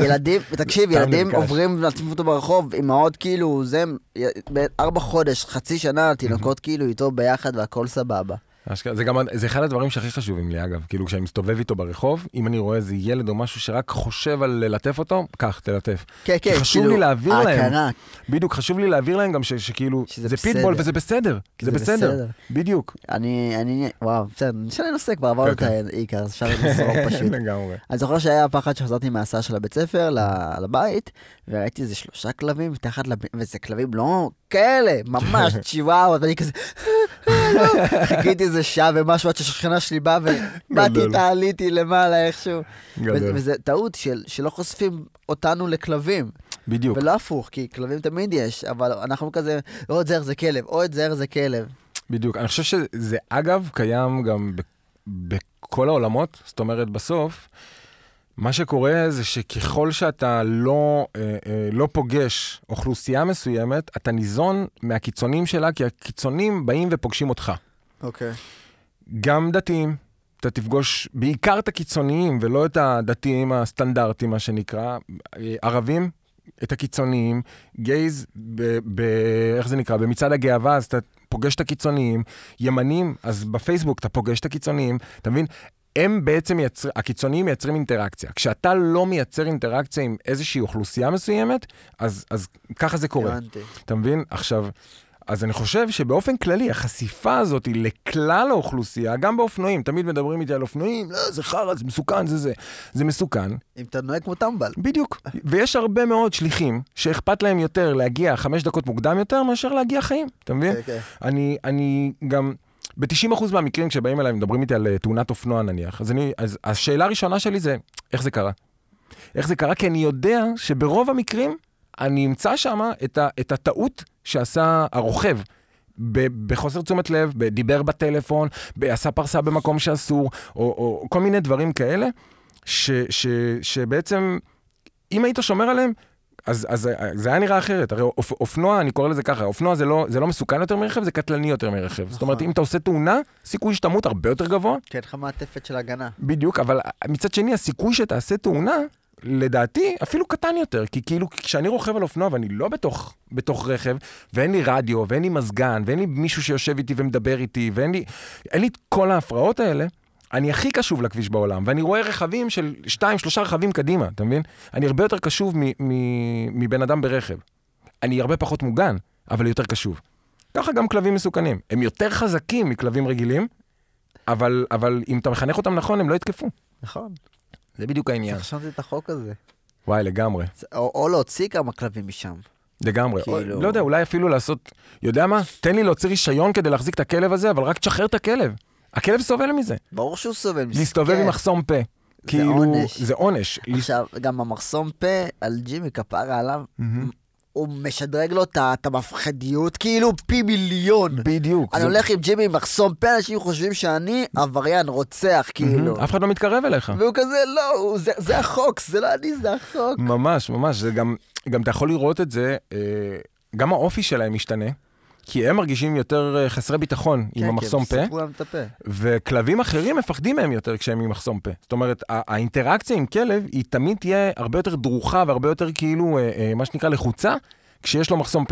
ילדים עוברים להציף אותו ברחוב, אמהות כאילו, זה 4 חודש, חצי שנה, תינוקות כאילו איתו ביחד והכל סבבה. זה אחד הדברים שהכי חשובים לי, אגב. כאילו, כשאני מסתובב איתו ברחוב, אם אני רואה איזה ילד או משהו שרק חושב על ללטף אותו, כך, תלטף. כן, כן. חשוב לי להעביר להם. בדיוק, חשוב לי להעביר להם גם שכאילו, זה פיטבול וזה בסדר. זה בסדר. בדיוק. וואו, בסדר, נשאלה נושא כבר, עברנו את העיקר, אז אפשר לסרוק פשוט. לגמרי. אני זוכר שהיה פחד שחזרתי מההסעה של הבית ספר לבית, וראיתי איזה 3 כלבים מתחת וזה כלבים לא כאלה, ממש צ'יוואו, ואני כזה, חיכיתי איזה שעה ומשהו עד שהשכנה שלי באה ובאתי, תעליתי למעלה איכשהו. וזה טעות שלא חושפים אותנו לכלבים. בדיוק. ולא הפוך, כי כלבים תמיד יש, אבל אנחנו כזה, או את זהר זה כלב, או את זהר זה כלב. בדיוק. אני חושב שזה אגב קיים גם בכל העולמות, זאת אומרת בסוף, מה שקורה זה שככל שאתה לא פוגש אוכלוסייה מסוימת, אתה ניזון מהקיצונים שלה, כי הקיצונים באים ופוגשים אותך. אוקיי. גם דתיים, אתה תפגוש בעיקר את הקיצוניים, ולא את הדתיים הסטנדרטיים, מה שנקרא, ערבים, את הקיצוניים, גייז, איך זה נקרא, במצעד הגאווה, אז אתה פוגש את הקיצוניים, ימנים, אז בפייסבוק אתה פוגש את הקיצוניים, אתה מבין? הם בעצם הקיצוניים מייצרים אינטראקציה. כשאתה לא מייצר אינטראקציה עם איזושהי אוכלוסייה מסוימת, אז ככה זה קורה. אתה מבין? עכשיו, אז אני חושב שבאופן כללי, החשיפה הזאת היא לכלל האוכלוסייה, גם באופנועים, תמיד מדברים איתי על אופנועים, לא, זה חרא, זה מסוכן, זה מסוכן. אם אתה נוהג כמו טמבל. בדיוק. ויש הרבה מאוד שליחים שאכפת להם יותר להגיע 5 דקות מוקדם יותר, מאשר להגיע חיים. אתה מבין? אני גם... ב-90% מהמקרים כשבאים אליי, מדברים איתי על תאונת אופנוע נניח, אז השאלה הראשונה שלי זה, איך זה קרה? איך זה קרה? כי אני יודע שברוב המקרים, אני אמצא שם את הטעות שעשה הרוכב, בחוסר תשומת לב, דיבר בטלפון, עשה פרסה במקום שאסור, או כל מיני דברים כאלה, שבעצם, אם היית שומר עליהם, אז זה היה נראה אחרת. הרי אופנוע, אני קורא לזה ככה, אופנוע זה לא מסוכן יותר מרכב, זה קטלני יותר מרכב. זאת אומרת, אם אתה עושה תאונה, סיכוי שתמות הרבה יותר גבוה. כן, לך מעטפת של הגנה. בדיוק, אבל מצד שני, הסיכוי שתעשה תאונה, לדעתי, אפילו קטן יותר, כי כאילו כשאני רוכב על אופנוע ואני לא בתוך רכב, ואין לי רדיו, ואין לי מזגן, ואין לי מישהו שיושב איתי ומדבר איתי, ואין לי את כל ההפרעות האלה, אני הכי קשוב לכביש בעולם, ואני רואה רכבים של 2-3 רכבים קדימה, אתה מבין? אני הרבה יותר קשוב מבן אדם ברכב. אני הרבה פחות מוגן, אבל יותר קשוב. ככה גם כלבים מסוכנים. הם יותר חזקים מכלבים רגילים, אבל אם אתה מחנך אותם נכון, הם לא יתקפו. נכון. זה בדיוק העניין. חשבתי את החוק הזה. וואי, לגמרי. או להוציא כמה כלבים משם. לגמרי. לא יודע, אולי אפילו לעשות, יודע מה? תן לי להוציא רישיון כדי להחזיק את הכלב הזה, אבל רק תשחרר את הכלב. הכלב סובל מזה. ברור שהוא סובל מזה. להסתובב עם מחסום פה. זה עונש. זה עונש. עכשיו, גם המחסום פה על ג'ימי כפרה עליו, הוא משדרג לו את המפחדיות, כאילו פי מיליון. בדיוק. אני הולך עם ג'ימי עם מחסום פה, אנשים חושבים שאני עבריין, רוצח, כאילו. אף אחד לא מתקרב אליך. והוא כזה, לא, זה החוק, זה לא אני, זה החוק. ממש, ממש. זה גם אתה יכול לראות את זה, גם האופי שלהם משתנה, כי הם מרגישים יותר חסרי ביטחון עם המחסום פה, וכלבים אחרים מפחדים מהם יותר כשהם עם מחסום פה. זאת אומרת, האינטראקציה עם כלב היא תמיד תהיה הרבה יותר דרוכה והרבה יותר כאילו, מה שנקרא לחוצה, כשיש לו מחסום פה.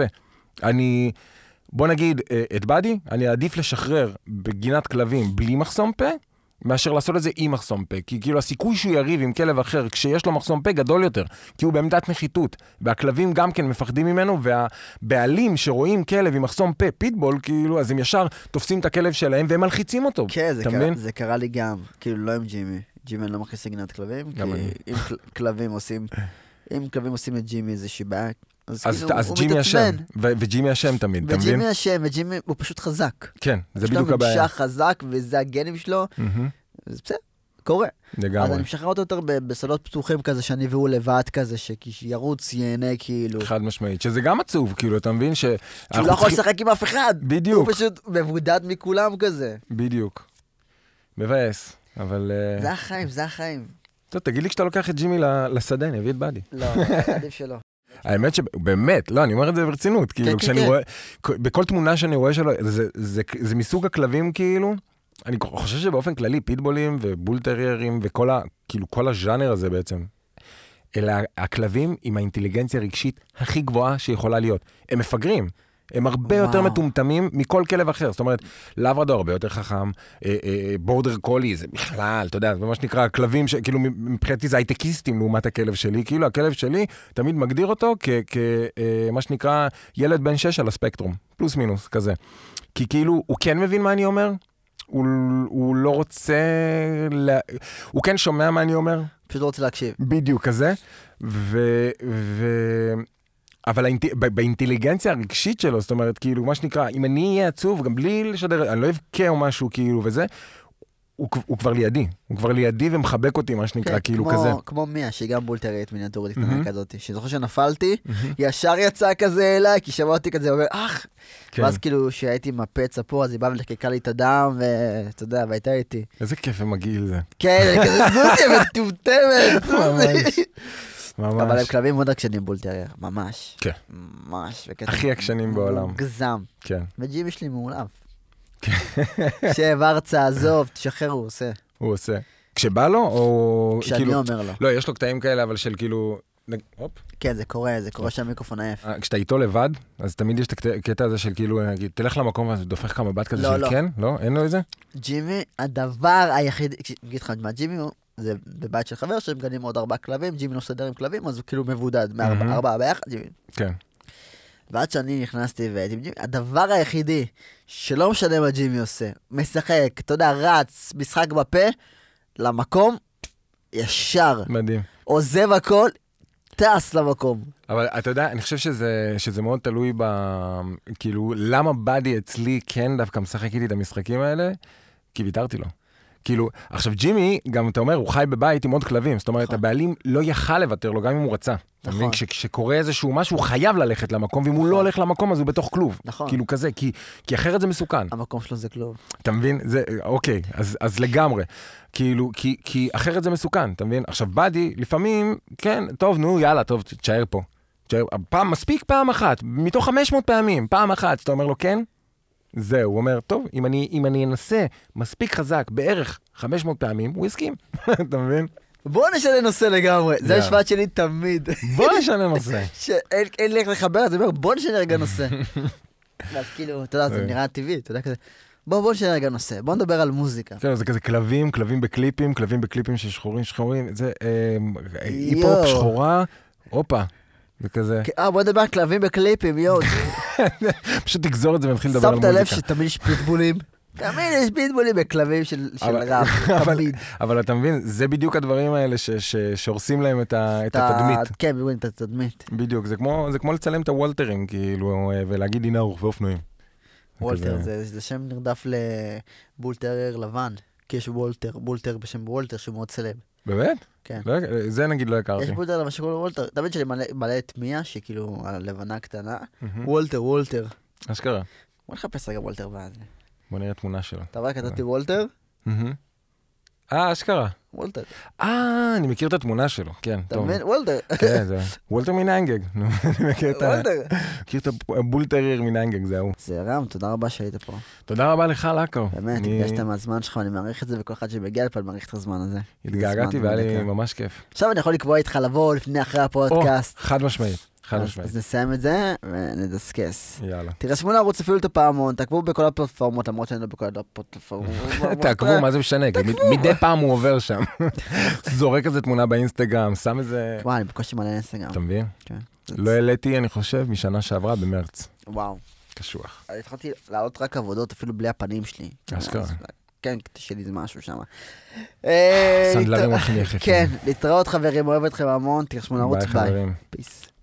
בוא נגיד, את בדי, אני עדיף לשחרר בגינת כלבים בלי מחסום פה, מאשר לעשות את זה עם מחסום פה. כי כאילו הסיכוי שהוא יריב עם כלב אחר כשיש לו מחסום פה גדול יותר, כי הוא בעמדת נחיתות. והכלבים גם כן מפחדים ממנו, והבעלים שרואים כלב עם מחסום פה, פיטבול, כאילו, אז הם ישר תופסים את הכלב שלהם והם מלחיצים אותו. כן, זה קרה לי גם. כאילו, לא עם ג'ימי. ג'ימי לא מכניס לגינת כלבים, כי אם כלבים עושים את ג'ימי זה שיבה, אז ג'ימי אשם, וג'ימי אשם תמיד, אתה מבין? וג'ימי אשם, וג'ימי הוא פשוט חזק. כן, זה בדיוק הבעיה. יש לו ממשך חזק, וזה הגנים שלו, זה בסדר, קורה. לגמרי. אז אני משחרר אותו יותר בסודות פתוחים כזה, שאני והוא לבד כזה, שירוץ, ייהנה, כאילו. חד משמעית, שזה גם עצוב, כאילו, אתה מבין שהוא לא יכול לשחק עם אף אחד. בדיוק. הוא פשוט מבודד מכולם כזה. בדיוק. מבאס, אבל... זה החיים, זה החיים. טוב, תגיד לי כשאתה לוקח את ג'ימי לשדה, אני אביא את בדי. לא, עדיף שלא. האמת שבאמת, לא, אני אומר את זה ברצינות, כאילו, כשאני רואה, בכל תמונה שאני רואה שלו, זה מסוג הכלבים, כאילו, אני חושב שבאופן כללי, פיטבולים ובולטריירים וכל כאילו, כל הז'אנר הזה בעצם, אלה הכלבים עם האינטליגנציה הרגשית הכי גבוהה שיכולה להיות. הם מפגרים. הם הרבה יותר מטומטמים מכל כלב אחר. זאת אומרת, לברדור הרבה יותר חכם, בורדר קולי, זה בכלל, אתה יודע, זה מה שנקרא, כלבים שכאילו מבחינתי זה הייטקיסטים לעומת הכלב שלי, כאילו הכלב שלי תמיד מגדיר אותו כמה שנקרא ילד בן 6 על הספקטרום, פלוס מינוס, כזה. כי כאילו, הוא כן מבין מה אני אומר, הוא לא רוצה, הוא כן שומע מה אני אומר. פשוט לא רוצה להקשיב. בדיוק, כזה. אבל באינטליגנציה הרגשית שלו, זאת אומרת, כאילו, מה שנקרא, אם אני אהיה עצוב, גם בלי לשדר, אני לא אבכה או משהו, כאילו, וזה, הוא כבר לידי. הוא כבר לידי ומחבק אותי, מה שנקרא, כאילו, כזה. כמו מיה, שהיא גם בולטרית מיניאטורית קטנה כזאת, שזוכר שנפלתי, ישר יצא כזה אליי, כי שמע אותי כזה, אומר, אח! ואז כאילו, שהייתי עם הפצע פה, אז היא באה ולחקקה לי את הדם, ואתה יודע, והייתה איתי. איזה כיף ומגעיל זה. כן, כזה זוזי, מטומטמת, זוזי. ממש. אבל הם כלבים מאוד עקשנים בולטרייר, ממש. כן. ממש. הכי עקשנים בעולם. גזם. כן. וג'ימי שלי מעולב. שב, ארצה, עזוב, תשחרר, הוא עושה. הוא עושה. כשבא לו, או... כשאני אומר לו. לא, יש לו קטעים כאלה, אבל של כאילו... הופ. כן, זה קורה שהמיקרופון עייף. כשאתה איתו לבד, אז תמיד יש את הקטע הזה של כאילו, תלך למקום ואז דופך לך מבט כזה של כן? לא? אין לו איזה? ג'ימי, הדבר היחיד... נגיד לך, ג'ימי זה בבית של חבר שהם גנים עוד 4 כלבים, ג'ימי לא סדר עם כלבים, אז הוא כאילו מבודד, 4 ביחד, ג'ימי. כן. ועד שאני נכנסתי והייתי עם ג'ימי, הדבר היחידי שלא משנה מה ג'ימי עושה, משחק, אתה יודע, רץ, משחק בפה, למקום, ישר. מדהים. עוזב הכל, טס למקום. אבל אתה יודע, אני חושב שזה מאוד תלוי כאילו, למה בדי אצלי כן דווקא משחק איתי את המשחקים האלה? כי ויתרתי לו. כאילו, עכשיו ג'ימי, גם אתה אומר, הוא חי בבית עם עוד כלבים, זאת אומרת, הבעלים לא יכל לוותר לו, גם אם הוא רצה. אתה מבין, כשקורה איזשהו משהו, הוא חייב ללכת למקום, ואם הוא לא הולך למקום, אז הוא בתוך כלוב. נכון. כאילו כזה, כי אחרת זה מסוכן. המקום שלו זה כלוב. אתה מבין? זה, אוקיי, אז לגמרי. כאילו, כי אחרת זה מסוכן, אתה מבין? עכשיו, בדי, לפעמים, כן, טוב, נו, יאללה, טוב, תשאר פה. מספיק פעם אחת, מתוך 500 פעמים, פעם אחת, שאתה אומר לו, כן? זהו, הוא אומר, טוב, אם אני אנסה מספיק חזק, בערך 500 פעמים, הוא הסכים, אתה מבין? בוא נשנה נושא לגמרי, זה המשפט שלי תמיד. בוא נשנה נושא. אין לי איך לחבר, זה אומר, בוא נשנה רגע נושא. אז כאילו, אתה יודע, זה נראה טבעי, אתה יודע כזה. בוא נשנה רגע נושא, בוא נדבר על מוזיקה. כן, זה כזה כלבים בקליפים של שחורים, זה היפ-הופ שחורה, הופה, זה כזה. בוא נדבר על כלבים בקליפים, יואו. פשוט תגזור את זה ונתחיל לדבר על מוזיקה. שמת לב שתמיד יש פיטבולים? תמיד יש פיטבולים בכלבים של רב, תמיד. אבל אתה מבין, זה בדיוק הדברים האלה שהורסים להם את התדמית. כן, בדיוק את התדמית. בדיוק, זה כמו לצלם את הוולטרים, כאילו, ולהגיד הנה רוכבי אופנועים. וולטר, זה שם נרדף לבול טרייר לבן, כי יש בולטר בשם וולטר שהוא מאוד סלב. באמת? כן. זה נגיד לא הכרתי. יש בולטר למה שקוראים וולטר, תמיד שלי מלא תמיהה, שכאילו הלבנה קטנה, וולטר. אשכרה. בוא נחפש רגע וולטר בזה. בוא נראה תמונה שלו. אתה רואה, כתבתי וולטר? אשכרה. וולטר. אני מכיר את התמונה שלו, כן. אתה מבין? וולטר. כן, זה וולטר מנהנגג. אני מכיר את הבולטריר מנהנגג, זהו. זה רם, תודה רבה שהיית פה. תודה רבה לך, לקו. באמת, הגשת מהזמן שלך, אני מעריך את זה, וכל אחד שמגיע לפה, אני מעריך את הזמן הזה. התגעגעתי והיה לי ממש כיף. עכשיו אני יכול לקבוע איתך לבוא לפני אחרי הפודקאסט. חד משמעית. אז נסיים את זה ונדסקס. יאללה. תירשמו לערוץ אפילו את הפעמון, תעקבו בכל הפלטפורמות, למרות שאני לא בכל הפלטפורמות. תעקבו, מה זה משנה? מדי פעם הוא עובר שם. זורק איזה תמונה באינסטגרם, שם איזה... וואי, אני בקושי מלא אינסטגרם. אתה מבין? לא העליתי, אני חושב, משנה שעברה במרץ. וואו. קשוח. התחלתי לעלות רק עבודות, אפילו בלי הפנים שלי. אשכרה. כן, שלי זה משהו שם. סנדלרים הולכים יחפים. כן, להתראות חברים, אוהב אתכם המון, תרשמו לערוץ, ביי. ביי חברים. פיס.